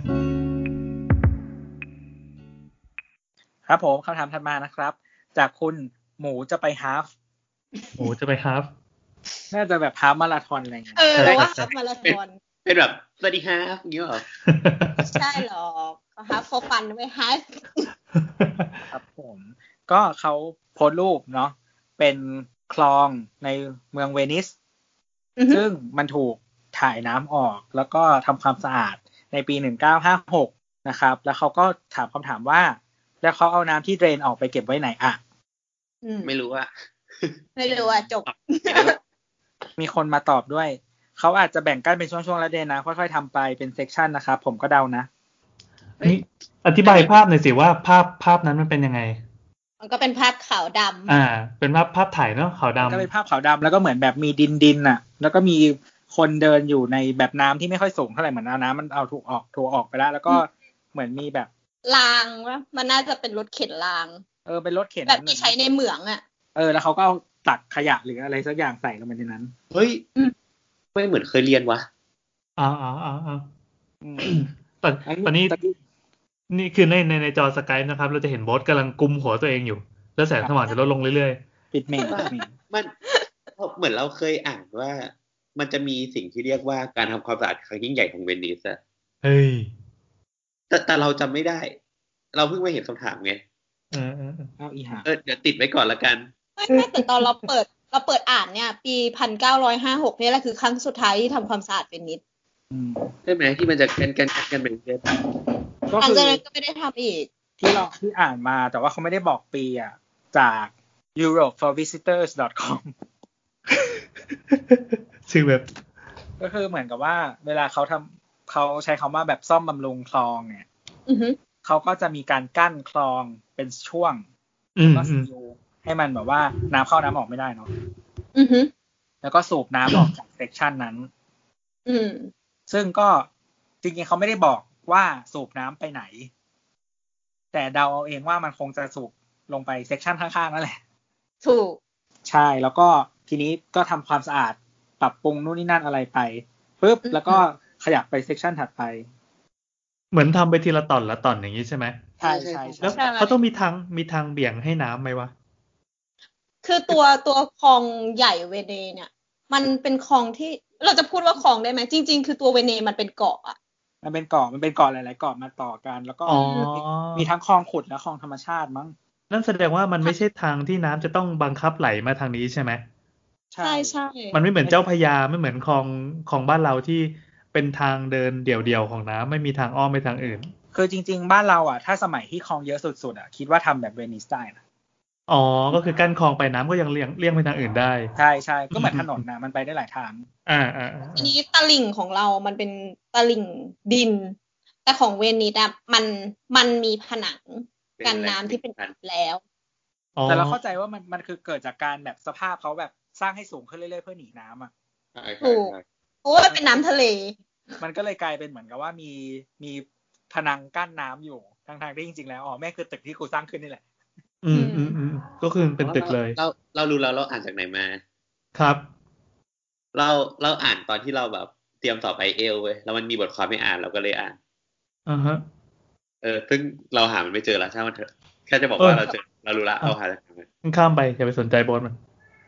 ครับผมคำถามถัดมานะครับจากคุณหมูจะไปฮาฟหมูจะไปฮาฟน่าจะแบบฮาฟมาราธอนอะไรเงี้ยเออว่าฮาฟมาราธอนเป็นแบบสวัสดีฮาฟอย่างเงี้ยหรอใช่หรอกฮาฟ for fun ไม่ฮาฟครับผมก็เขาโพสต์รูปเนาะเป็นคลองในเมืองเวนิสซึ่งมันถูกถ่ายน้ำออกแล้วก็ทำความสะอาดในปีหนึ่งเก้าห้าหกนะครับแล้วเขาก็ถามคำถามว่าแล้วเขาเอาน้ำที่เดรนออกไปเก็บไว้ไหนอ่ะไม่รู้อ่ะไม่รู้อ่ะจบมีคนมาตอบด้วยเขาอาจจะแบ่งกั้นเป็นช่วงๆแล้วเดนนะค่อยๆทำไปเป็นเซกชันนะครับผมก็เดานะนี่อธิบายภาพหน่อยสิว่าภาพภาพนั้นมันเป็นยังไงมันก็เป็นภาพขาวดำอ่าเป็นภาพภาพถ่ายเนาะขาวดำก็เป็นภาพขาวดำแล้วก็เหมือนแบบมีดินดินน่ะแล้วก็มีคนเดินอยู่ในแบบน้ำที่ไม่ค่อยสูงเท่าไหร่เหมือนน้ำมันเอาถูกออกถูกออกไปแล้วแล้วก็เหมือนมีแบบรางว่ามันน่าจะเป็นรถเข็นรางเออเป็นรถเข็นแบบที่ใช้ในเหมืองอ่ะเออแล้วเขาก็เอาตักขยะหรืออะไรสักอย่างใส่ลงไปในนั้นเฮ้ยไม่เหมือนเคยเรียนวะอ๋ออ๋ออ๋อตอนตอนนี้นี่คือในในในจอสกายนะครับเราจะเห็นบอสกำลังกุมหัวตัวเองอยู่แล้วแสงสว่างจะลดลงเรื่อยๆปิดเมฆมันเหมือนเราเคยอ่านว่ามันจะมีสิ่งที่เรียกว่าการทำความสะอาดครั้งยิ่งใหญ่ของเวนิสอะเฮ้ยแต่แต่เราจำไม่ได้เราเพิ่งมาเห็นคำถามไงเออเออเอาอีห่าเออเดี๋ยวติดไว้ก่อนละกันไม่ไม่แต่ตอนเราเปิดเราเปิดอ่านเนี่ยปีหนึ่งพันเก้าร้อยห้าสิบหกนี่แหละคือครั้งสุดท้ายที่ทำความสะอาดเวนิสใช่ไหมที่มันจะกันกันกันเป็นเดือนก็คือหลังจากนั้นก็ไม่ได้ทำอีกที่เราที่อ่านมาแต่ว่าเขาไม่ได้บอกปีอ่ะจาก ยูโรป ฟอร์ วิซิเตอร์ส ดอท คอมชื่อเว็บก็คือเหมือนกับว่าเวลาเขาทำเขาใช้คำว่าแบบซ่อมบำรุงคลองเนี่ยเขาก็จะมีการกั้นคลองเป็นช่วงก็ซีลให้มันแบบว่าน้ำเข้าน้ำออกไม่ได้เนาะแล้วก็สูบน้ำออกจากเซกชันนั้นซึ่งก็จริงๆเขาไม่ได้บอกว่าสูบน้ำไปไหนแต่เดาเอาเองว่ามันคงจะสูบลงไปเซกชันข้างๆนั่นแหละถูกใช่แล้วก็ทีนี้ก็ทำความสะอาดปรับปรุงนู่นนี่นั่นอะไรไปปุ๊บแล้วก็ขยับไปเซกชันถัดไปเหมือนทำไปทีละตอนละตอนอย่างนี้ใช่ไหมใช่ใช่แล้วเขาต้องมีทางมีทางเบี่ยงให้น้ำไหมวะคือตัวตัวคลองใหญ่เวเนเนี่ยมันเป็นคลองที่เราจะพูดว่าคลองได้ไหมจริงๆคือตัวเวเนมันเป็นเกาะอ่ะมันเป็นเกาะมันเป็นเกาะหลายๆเกาะมาต่อกันแล้วก็มีทั้งคลองขุดและคลองธรรมชาติมั้งนั่นแสดงว่ามันไม่ใช่ทางที่น้ำจะต้องบังคับไหลมาทางนี้ใช่ไหมใช่ใช่มันไม่เหมือนเจ้าพระยาไม่เหมือนคลองของบ้านเราที่เป็นทางเดินเดี่ยวๆของน้ำไม่มีทางอ้อมไปทางอื่นคือจริงๆบ้านเราอ่ะถ้าสมัยที่คลองเยอะสุดๆอ่ะคิดว่าทำแบบเวนิสได้นะอ๋อก็คือกั้นคลองไปน้ำก็ยังเลี่ยงเลี่ยงไปทางอื่นได้ใช่ใช่ก็เหมือนถนนนะมันไปได้หลายทางอ่าอ่าทีนี้ตลิ่งของเรามันเป็นตลิ่งดินแต่ของเวนิสอ่ะมันมันมีผนังกันน้ำที่เป็นแล้วแต่เราเข้าใจว่ามันมันคือเกิดจากการแบบสภาพเขาแบบสร้างให้สูงขึ้นเรื่อยๆเพื่อหนีน้ำอ่ะถูกเพราะว่าเป็นน้ำทะเลมันก็เลยกลายเป็นเหมือนกับว่ามีมีผนังกั้นน้ำอยู่ทางๆที่จริงๆแล้วอ๋อแม่คือตึกที่กูสร้างขึ้นนี่แหละอืมอืมอืมก็คือเป็นตึกเลยเราเรารู้แล้วเราอ่านจากไหนมาครับเราเราอ่านตอนที่เราแบบเตรียมสอบไอเอลเว้ยแล้วมันมีบทความให้อ่านเราก็เลยอ่านอ่าฮะเออซึ่งเราหามันไม่เจอแล้วถ้ามันเถอะแค่จะบอกว่าเราเจอเรารู้ละเราหาจากไหนข้ามไปอย่าไปสนใจบอสมัน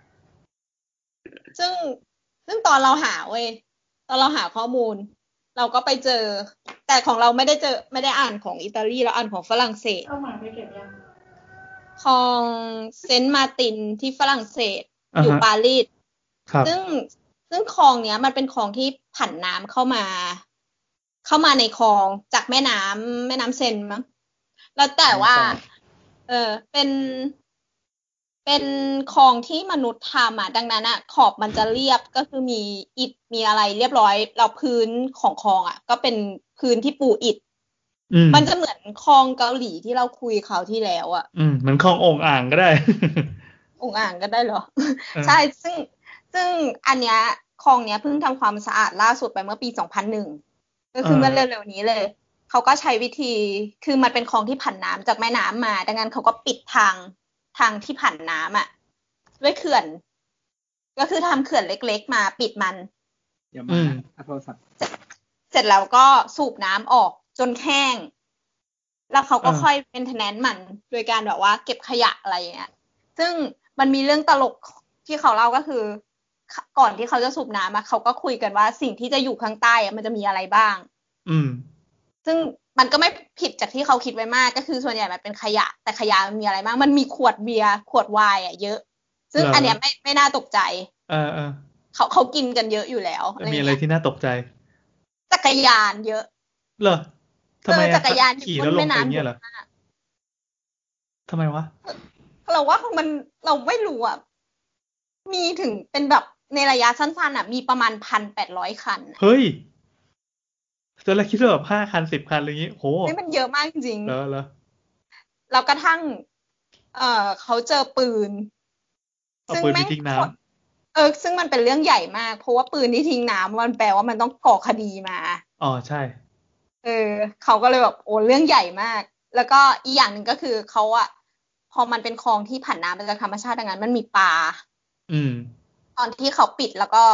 ซึ่งซึ่งตอนเราหาเว้ยตอนเราหาข้อมูลเราก็ไปเจอแต่ของเราไม่ได้เจอไม่ได้อ่านของอิตาลีเราอ่านของฝรั่งเศสเอาหมาไปเก็บยังคลองเซนต์มาร์ตินที่ฝรั่งเศสอยู่ปารีสซึ่งซึ่งคลองเนี้ยมันเป็นคลองที่ผันน้ำเข้ามาเข้ามาในคลองจากแม่น้ำแม่น้ำเซนมั้งแล้วแต่ว่าเออเป็นเป็นคลองที่มนุษย์ทำอ่ะดังนั้นอ่ะขอบมันจะเรียบก็คือมีอิฐมีอะไรเรียบร้อยแล้วพื้นของคลองอ่ะก็เป็นพื้นที่ปูอิฐมันจะเหมือนคลองเกาหลีที่เราคุยคราวที่แล้วอ่ะอืมเหมือนคลององอ่างก็ได้องอ่างก็ได้เหรอ ใช่ซึ่งซึ่งอันเนี้ยคลองเนี้ยเพิ่งทำความสะอาดล่าสุดไปเมื่อปีสองพันหนึ่งก็คือเมื่อเร็วๆนี้เลยเขาก็ใช้วิธีคือมันเป็นคลองที่ผันน้ำจากแม่น้ำมาดังนั้นเขาก็ปิดทางทางที่ผันน้ำอ่ะด้วยเขื่อนก็คือทำเขื่อนเล็กๆมาปิดมันอย่ามาเอาโทรศัพท์เสร็จแล้วก็สูบน้ำออกจนแห้งแล้วเขาก็ค่อยเป็นเทนแนนมันโดยการแบบว่าเก็บขยะอะไรอย่างเงี้ยซึ่งมันมีเรื่องตลกที่เขาเล่าก็คือก่อนที่เขาจะสูบน้ำอะเขาก็คุยกันว่าสิ่งที่จะอยู่ข้างใต้อะมันจะมีอะไรบ้างอืมซึ่งมันก็ไม่ผิดจากที่เขาคิดไว้มากก็คือส่วนใหญ่มันเป็นขยะแต่ขยะมันมีอะไรบ้างมันมีขวดเบียร์ขวดไวน์อะเยอะซึ่งอันเนี้ยไม่ไม่น่าตกใจเออเออเขาเขากินกันเยอะอยู่แล้วมีอะไรที่น่าตกใจจักรยานเยอะเหรอทำไมจักรยานขี่แล้วลงไปเงี้ยเหรอทำไมวะเราว่ามันเราไม่รู้อ่ะมีถึงเป็นแบบในระยะสั้นๆอ่ะมีประมาณ หนึ่งพันแปดร้อย คันเฮ้ยตอนแรกคิดว่าแบบห้าคันสิบคันอะไรอย่างงี้โหนี่มันเยอะมากจริงๆแล้วแล้วแล้วกระทั่งเอ่อเขาเจอปืนซึ่งไม่ทิ้งน้ำเออซึ่งมันเป็นเรื่องใหญ่มากเพราะว่าปืนที่ทิ้งน้ำมันแปลว่ามันต้องก่อคดีมาอ๋อใช่เออเขาก็เลยแบบโอ้เรื่องใหญ่มากแล้วก็อีกอย่างหนึ่งก็คือเขาอะพอมันเป็นคลองที่ผันน้ำมาจากธรรมชาติดังนั้นมันมีปลาอืมตอนที่เขาปิดแล้วก็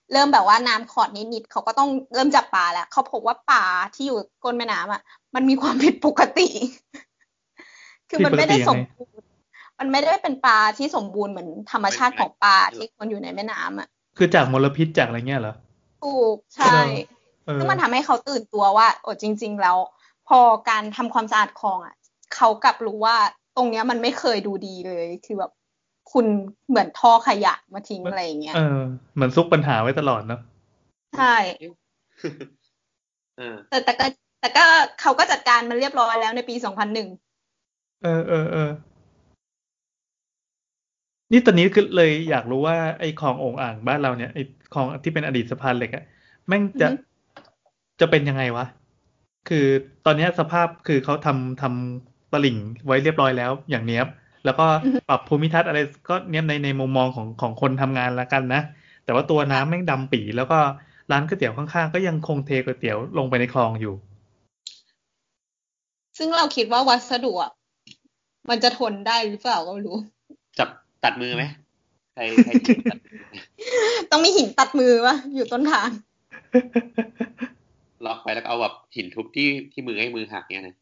เริ่มแบบว่าน้ำขอดนิดๆเขาก็ต้องเริ่มจับปลาแล้วเขาพบว่าปลาที่อยู่ก้นแม่น้ำอ่ะมันมีความผิดปกติ คือมันไม่ได้สมบูรณ์มันไม่ได้เป็นปลาที่สมบูรณ์เหมือนธรรมชาติของปลาที่คนอยู่ในแม่น้ำอ่ะคือจากมลพิษจากอะไรเงี้ยเหรอถูกใช่ซึ่งมันทำให้เขาตื่นตัวว่าโอ้จริงๆแล้วพอการทำความสะอาดคลองอ่ะเขากลับรู้ว่าตรงเนี้ยมันไม่เคยดูดีเลยคือแบบคุณเหมือนท่อขยะมาทิ้งอะไรอย่างเงี้ยเออเหมือนซุกปัญหาไว้ตลอดเนาะใช่แต่แต่ก็แต่ก็เขาก็จัดการมันเรียบร้อยแล้วในปีสองพันหนึ่งเออเออเออนี่ตอนนี้คือเลยอยากรู้ว่าไอ้คลองโอ่งอ่างบ้านเราเนี่ยไอ้คลองที่เป็นอดีตสะพานเหล็กอะแม่งจะจะเป็นยังไงวะคือตอนนี้สภาพคือเขาทำทำตลิ่งไว้เรียบร้อยแล้วอย่างเนี้ยแล้วก็ปรับภูมิทัศน์อะไรก็เนี้ยในในมุมมองของของคนทำงานละกันนะแต่ว่าตัวน้ำแม่งดำปี่แล้วก็ร้านก๋วยเตี๋ยวข้างๆก็ยังคงเทก๋วยเตี๋ยวลงไปในคลองอยู่ซึ่งเราคิดว่าวัสดุอ่ะมันจะทนได้หรือเปล่าก็ไม่รู้จับตัดมือไหมใครใครตัดต้องมีหินตัดมือวะอยู่ต้นทางล็อกไปแล้วก็เอาแบบหินทุบที่ที่มือให้มือหักเนี่ยนะ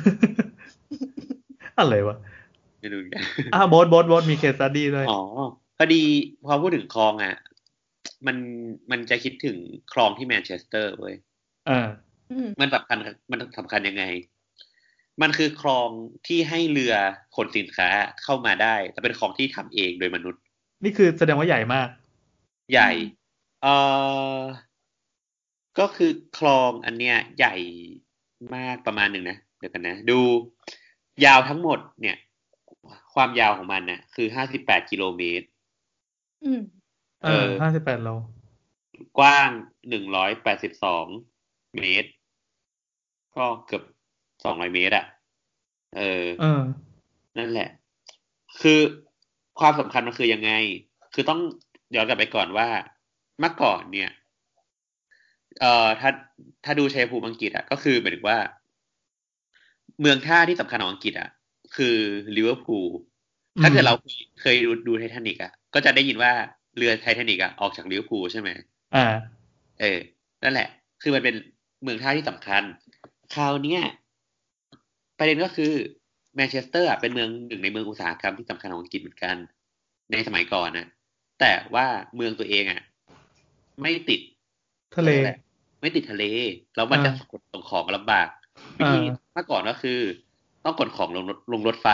อะไรวะไม่รู้กันอ่ะโบ๊ทโบ๊ทโบ๊ทมีเคสสตั๊ดดี้ด้วยอ๋อพอดีพอพูดถึงคลองอ่ะมันมันจะคิดถึงคลองที่แมนเชสเตอร์เว้ยอ่ามันสำคัญมันสำคัญยังไงมันคือคลองที่ให้เรือขนสินค้าเข้ามาได้แต่เป็นคลองที่ทำเองโดยมนุษย์นี่คือแสดงว่าใหญ่มากใหญ่เอ่อก็คือคลองอันเนี้ยใหญ่มากประมาณหนึ่งนะเดี๋ยวกันนะดูยาวทั้งหมดเนี่ยความยาวของมันน่ะคือห้าสิบแปดกิโลเมตรอืมเออห้าสิบแปดโลกว้างหนึ่งร้อยแปดสิบสองเมตรก็เกือบสองร้อยเมตรอ่ะเออเออนั่นแหละคือความสำคัญมันคือยังไงคือต้องย้อนกลับไปก่อนว่าเมื่อก่อนเนี่ยเอ่อถ้าถ้าดูชัยภูมิอังกฤษอ่ะก็คือหมายถึงว่าเมืองท่าที่สำคัญของอังกฤษอ่ะคือลิเวอร์พูลถ้าเกิดเราเคยดูดูไททานิกอ่ะก็จะได้ยินว่าเรือไททานิกอ่ะออกจากลิเวอร์พูลใช่ไหมอ่าเออนั่นแหละคือมันเป็นเมืองท่าที่สำคัญคราวนี้ประเด็นก็คือแมนเชสเตอร์อ่ะเป็นเมืองหนึ่งในเมืองอุตสาหกรรมที่สำคัญของอังกฤษเหมือนกันในสมัยก่อนนะแต่ว่าเมืองตัวเองอ่ะไม่ติดทะเลไม่ติดทะเลแล้วมันจะขนส่งของลำบากวิธีเมื่อก่อนก็คือต้องขนของลงลงรถไฟ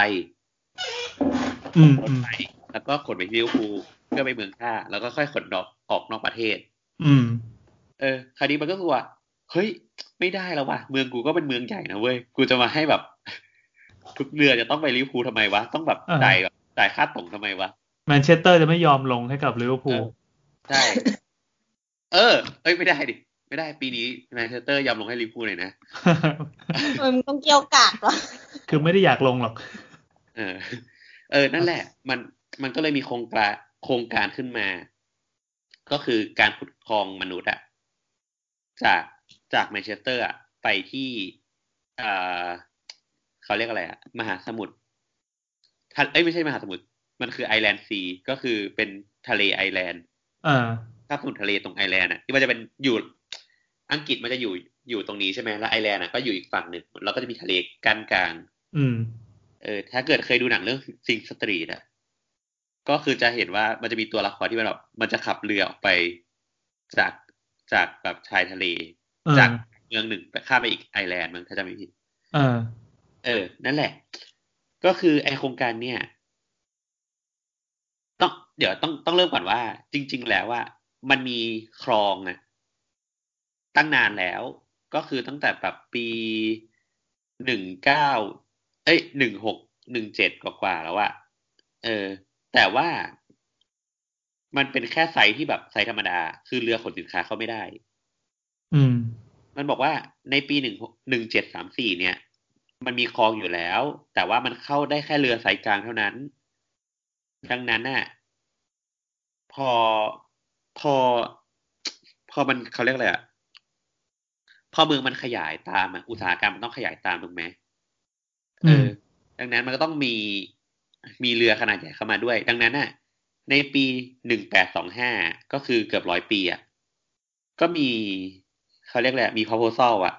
รถไฟแล้วก็ขนไปที่ลิเวอร์พูลเพื่อไปเมืองท่าแล้วก็ค่อยขนดอกออกนอกประเทศอืมเออคราวนี้มันก็คือว่าเฮ้ยไม่ได้แล้วว่ะเมืองกูก็เป็นเมืองใหญ่นะเว้ยกูจะมาให้แบบทุกเรือจะต้องไปลิเวอร์พูลทำไมวะต้องแบบจ่ายแบบจ่ายค่าตั๋วทำไมวะแมนเชสเตอร์จะไม่ยอมลงให้กับลิเวอร์พูลใช่เออเอ้ยไม่ได้ดิไม่ได้ปีนี้แมนเชสเตอร์ยอมลงให้ลิเวอร์พูลเลยนะเออมันต้องเกี่ยวกาดวะคือไม่ได้อยากลงหรอกเออเออนั่นแหละมันมันก็เลยมีโครงการโครงการขึ้นมาก็คือการขุดคลองมนุษย์อะจากจากแมนเชสเตอร์อะไปที่อ่าเขาเรียกอะไรอะมหาสมุทรเอ้ยไม่ใช่มหาสมุทรมันคือไอแลนด์ซีก็คือเป็นทะเลไอแลนด์อ่าคาบสมุทรทะเลตรงไอแลนด์อะที่มันจะเป็นอยู่อังกฤษมันจะอยู่อยู่ตรงนี้ใช่ไหมแล้วไอแลนด์อะก็อยู่อีกฝั่งหนึ่งแล้วก็จะมีทะเลกั้นกลางอืมเออถ้าเกิดเคยดูหนังเรื่องซิงสตรีทอะก็คือจะเห็นว่ามันจะมีตัวละครที่มันแบบมันจะขับเรือออกไปจากจากแบบชายทะเลจากเมืองหนึ่งไปข้ามไปอีกไอแลนด์มั้งถ้าจำไม่ผิดเออเออนั่นแหละก็คือไอโครงการเนี่ยต้องเดี๋ยวต้องต้องเริ่มก่อนว่าจริงๆแล้วว่ามันมีคลองอะตั้งนานแล้วก็คือตั้งแต่แบบปีหนึ่งเก้าเอ้ยหนึ่งหกหนึ่งเจ็ดกว่าๆแล้วอะเออแต่ว่ามันเป็นแค่ไซส์ที่แบบไซส์ธรรมดาคือเรือขนสินค้าเข้าไม่ได้อืมมันบอกว่าในปีหนึ่งหนึ่งเจ็ดสามสี่เนี่ยมันมีคลองอยู่แล้วแต่ว่ามันเข้าได้แค่เรือไซส์กลางเท่านั้นดังนั้นน่ะพอพอพอมันเขาเรียกอะไรอ่ะพอเมืองมันขยายตามอ่ะอุตสาหกรรมมันต้องขยายตามถูกไหมเออดังนั้นมันก็ต้องมีมีเรือขนาดใหญ่เข้ามาด้วยดังนั้นน่ะในปีหนึ่งแปดสองห้าก็คือเกือบร้อยปีอ่ะก็มีเขาเรียกแหละไรมี proposal อ่ะ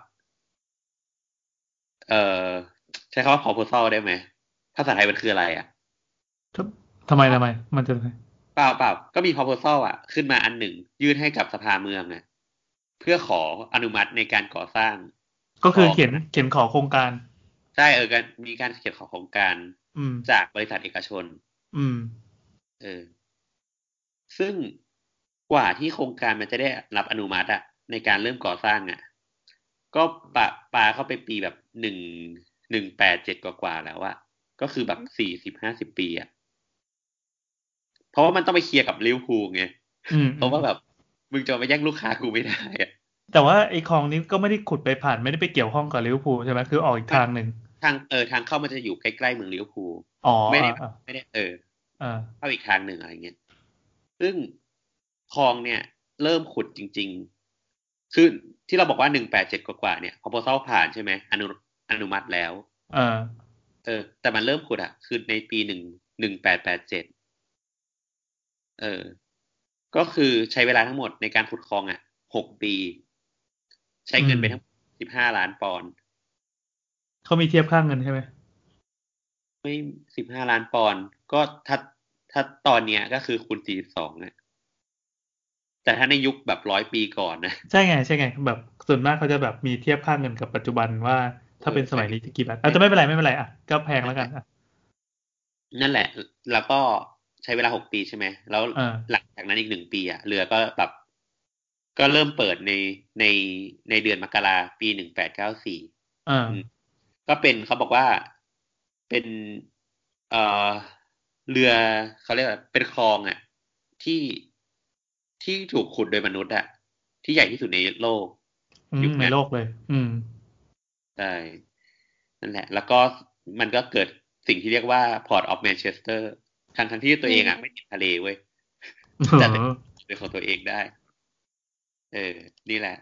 เอ่อใช้คำว่า proposal ได้ไหมภาษาไทยมันคืออะไรอ่ะทำไมทำไมมันจะเปล่าเปล่าก็มี proposal อ่ะขึ้นมาอันหนึ่งยื่นให้กับสภาเมืองอ่ะเพื่อขออนุมัติในการก่อสร้างก็คือเขียนเขียนขอโครงการใช่เออการมีการเขียนขอโครงการจากบริษัทเอกชนอืมเออซึ่งกว่าที่โครงการมันจะได้รับอนุมัติอ่ะในการเริ่มก่อสร้างอ่ะก็ปะปาเข้าไปปีแบบหนึ่งหนึ่งแปดเจ็ดกว่าๆแล้วอะก็คือแบบสี่สิบห้าสิบปีอะเพราะว่ามันต้องไปเคลียร์กับลิเวอร์พูลไงเพราะว่าแบบมึงจะไปแย่งลูกค้ากูไม่ได้อะแต่ว่าไอ้คลองนี้ก็ไม่ได้ขุดไปผ่านไม่ได้ไปเกี่ยวข้องกับลิเวอร์พูลใช่ไหมคือออกอีกทางหนึ่งทางเออทางเข้ามันจะอยู่ใกล้ๆเมืองลิเวอร์พูลอ๋อไม่ได้ไม่ได้เออเข้าอีกทางหนึ่งอะไรเงี้ยซึ่งคลองเนี่ยเริ่มขุดจริงๆคือที่เราบอกว่าหนึ่งแปดเจ็ดกว่าๆเนี่ย proposal ผ่านใช่ไหมอนุอนุมัติแล้วเออเออแต่มันเริ่มขุดอ่ะคือในปีหนึ่งหนึ่งแปดแปดเจ็ดเออก็คือใช้เวลาทั้งหมดในการขุดคลองอ่ะหกปีใช้เงินไปทั้งสิบห้าล้านปอนด์เขามีเทียบค่าเงินใช่ไหมไม่สิบห้าล้านปอนด์ก็ถ้าถ้าตอนเนี้ยก็คือคูณสี่สิบสองเนี่ยแต่ถ้าในยุคแบบร้อยปีก่อนนะใช่ไงใช่ไงแบบส่วนมากเขาจะแบบมีเทียบค่าเงินกับปัจจุบันว่าถ้าเป็นสมัยนี้จะกี่บาทอาจจะไม่เป็นไรไม่เป็นไรอ่ะก็แพงแล้วกันอ่ะนั่นแหละแล้วก็ใช้เวลาหกปีใช่ไหมแล้วหลังจากนั้นอีกหนึ่งปีอ่ะเรือก็แบบก็เริ่มเปิดในในในเดือนมกราปีหนึ่งแปดเก้าสี่อ่าก็เป็นเขาบอกว่าเป็นเอ่อเรือเขาเรียกว่าเป็นคลองอ่ะที่ที่ถูกขุดโดยมนุษย์อ่ะที่ใหญ่ที่สุดในโลกยุคในโลกเลยอืมใช่นั่นแหละแล้วก็มันก็เกิดสิ่งที่เรียกว่า Port of Manchester ทั้งทั้งที่ตัวเองอ่ะไม่ติดทะเลเว้ยจัดเป็นของตัวเองได้เออนี่แหละ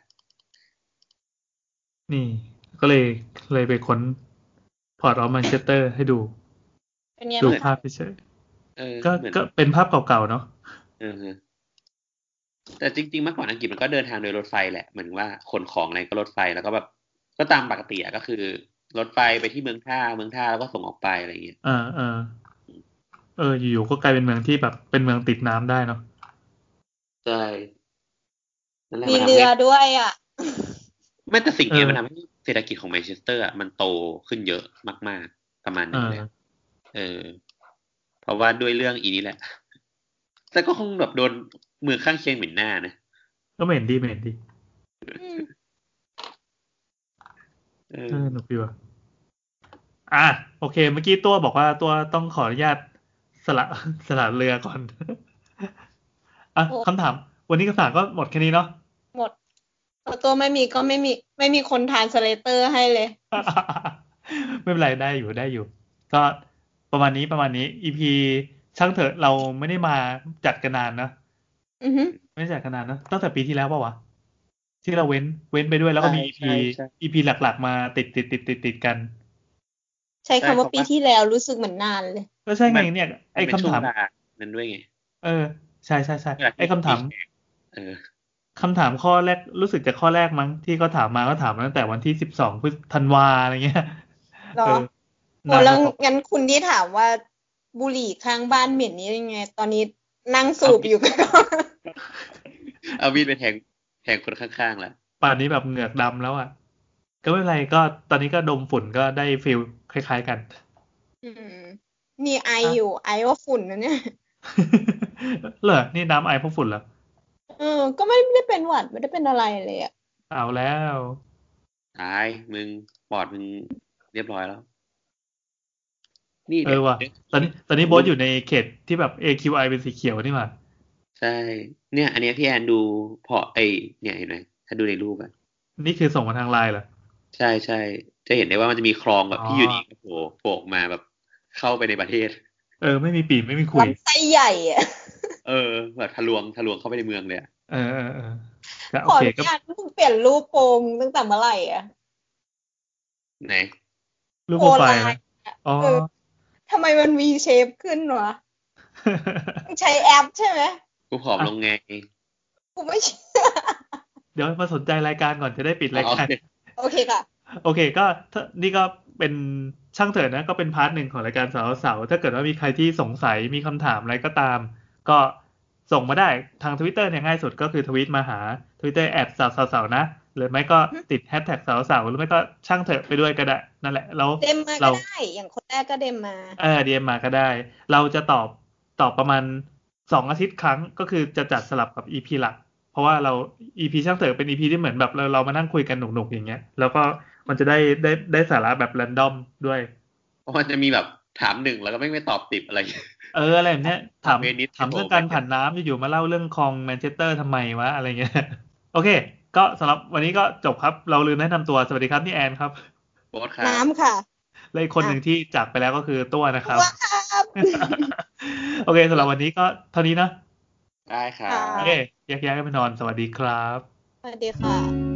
นี่ก็เลยเลยไปค้น Port of Manchester ให้ดูดูภาพเฉยๆก็ก็เป็นภาพเก่าๆเนาะเออแต่จริงๆเมื่อก่อนอังกฤษมันก็เดินทางโดยรถไฟแหละเหมือนว่าขนของอะไรก็รถไฟแล้วก็แบบก็ตามปกติก็คือรถไฟไปที่เมืองท่าเมืองท่าแล้วก็ส่งออกไปอะไรอย่างเงี้ยอ่าอ่าเอออยู่ๆก็กลายเป็นเมืองที่แบบเป็นเมืองติดน้ำได้เนาะใช่มีเรือด้วยอ่ะไม่แต่สิ่งนี้มันทำให้เศรษฐกิจของแมนเชสเตอร์อ่ะมันโตขึ้นเยอะมากๆประมาณนึงเลยเออเพราะว่าด้วยเรื่องอีนี้แหละแต่ก็คงแบบโดนเมืองข้างเคียงเหม็นหน้านะก็เหม็นดีเหม็นดีเออหนุกดีว่ะอ่ะโอเคเมื่อกี้ตัวบอกว่าตัวต้องขออนุญาตสละสละเรือก่อนอ่ะคำถามวันนี้คำถามก็หมดแค่นี้เนาะหมดตัวไม่มีก็ไม่มีไม่มีคนทานสเลเตอร์ให้เลยไม่เป็นไรได้อยู่ได้อยู่ก็ประมาณนี้ประมาณนี้ อี พี ช่างเถอะเราไม่ได้มาจัดกันนานนะอือฮึไม่จัดกันนานนะตั้งแต่ปีที่แล้วป่ะวะที่เราเว้นเว้นไปด้วยแล้วก็มี อี พี อี พี หลักๆมาติดติดติดติดติดกันใช้คำว่าปีที่แล้วรู้สึกเหมือนนานเลยก็ใช่ไงเนี่ยไอ้คำถามนั้นด้วยไงเออใช่ใช่ใช่ไอ้คำถามเออคำถามข้อแรกรู้สึกจะข้อแรกมั้งที่เขาถามมาก็ถามมาตั้งแต่วันที่สิบสองพฤษภาคมอะไรเงี้ยเออโอ้แล้วงั้นคุณที่ถามว่าบุหรี่ข้างบ้านเหม็นนี่ยังไงตอนนี้นั่งสูบอยู่ก็เอาวีดไปแทงแทงคนข้างๆแล้วป่านนี้แบบเหงือกดำแล้วอ่ะก็ไม่เป็นไรก็ตอนนี้ก็ดมฝุ่นก็ได้ฟีลคล้ายๆกันอืมนี่ไออยู่ไอว่าฝุ่นนะเนี่ยเหรอนี่น้ำไอเพราะฝุ่นเหรอเออก็ไม่ได้เป็นหวัดไม่ได้เป็นอะไรเลยอ่ะเอาแล้วตายมึงปอดมึงเรียบร้อยแล้วนี่เออว่ะตอนนี้ตอนนี้โบ๊ทอยู่ในเขตที่แบบ เอ คิว ไอ เป็นสีเขียวนี่มาใช่เนี่ยอันนี้พี่แอนดูพอไอเนี่ยเห็นไหมถ้าดูในรูปอ่ะนี่คือส่งมาทางไลน์เหรอใช่ใช่จะเห็นได้ว่ามันจะมีคลองแบบที่อยู่ดีโผล่โผล่มาแบบเข้าไปในประเทศเออไม่มีปีไม่มีคุยไส้ใหญ่อ่ะเออแบบทะลวงทะลวงเข้าไปในเมืองเลยอ่ะเออเออเออโอเคก็มึงเปลี่ยนรูปโปงตั้งแต่เมื่อไหร่อ่ะไหนรูปโปรไฟล์อ๋อทำไมมันมีเชฟขึ้นวะใช้แอปใช่ไหมกูผอมลงไงกูไม่เชื่อเดี๋ยวมาสนใจรายการก่อนจะได้ปิดรายการโอเคค่ะโอเคก็นี่ก็เป็นช่างเถิดนะก็เป็นพาร์ทหนึ่งของรายการสาวสาวถ้าเกิดว่ามีใครที่สงสัยมีคำถามอะไรก็ตามก็ส่งมาได้ทาง Twitter เนี่ยง่ายสุดก็คือทวีตมาหา Twitter แอท สาวสาวนะหรือไม่ก็ติดแฮชแท็กสาวสาวหรือไม่ก็ช่างเถอะไปด้วยก็ได้นั่นแหละแล้วเดมมาก็ได้อย่างคนแรกก็เดมมาเออเดมมาก็ได้เราจะตอบตอบประมาณสองอาทิตย์ครั้งก็คือจะจัดสลับกับ อี พี หลักเพราะว่าเรา อี พี ช่างเถอะเป็น อี พี ที่เหมือนแบบเราเรามานั่งคุยกันหนุกๆอย่างเงี้ยแล้วก็มันจะได้ได้ได้สาระแบบแรนดอมด้วยเพราะมันจะมีแบบถามหนึ่งแล้วก็ไม่ไม่ตอบติดอะไรเอออะไรแบบเนี้ยถามถามเรื่องการผ่านน้ำอยู่ๆมาเล่าเรื่องคลองแมนเชสเตอร์ทำไมวะอะไรเงี้ยโอเคก็สำหรับวันนี้ก็จบครับเราลืมแนะนำตัวสวัสดีครับนี่แอนครับโบ๊ทครับน้ำค่ะและอีกคนหนึ่งที่จากไปแล้วก็คือตัวนะครับตัวครับโอเคสำหรับวันนี้ก็เท่านี้นะได้ครับโอเคแยกย้ายกันไปนอนสวัสดีครับสวัสดีค่ะ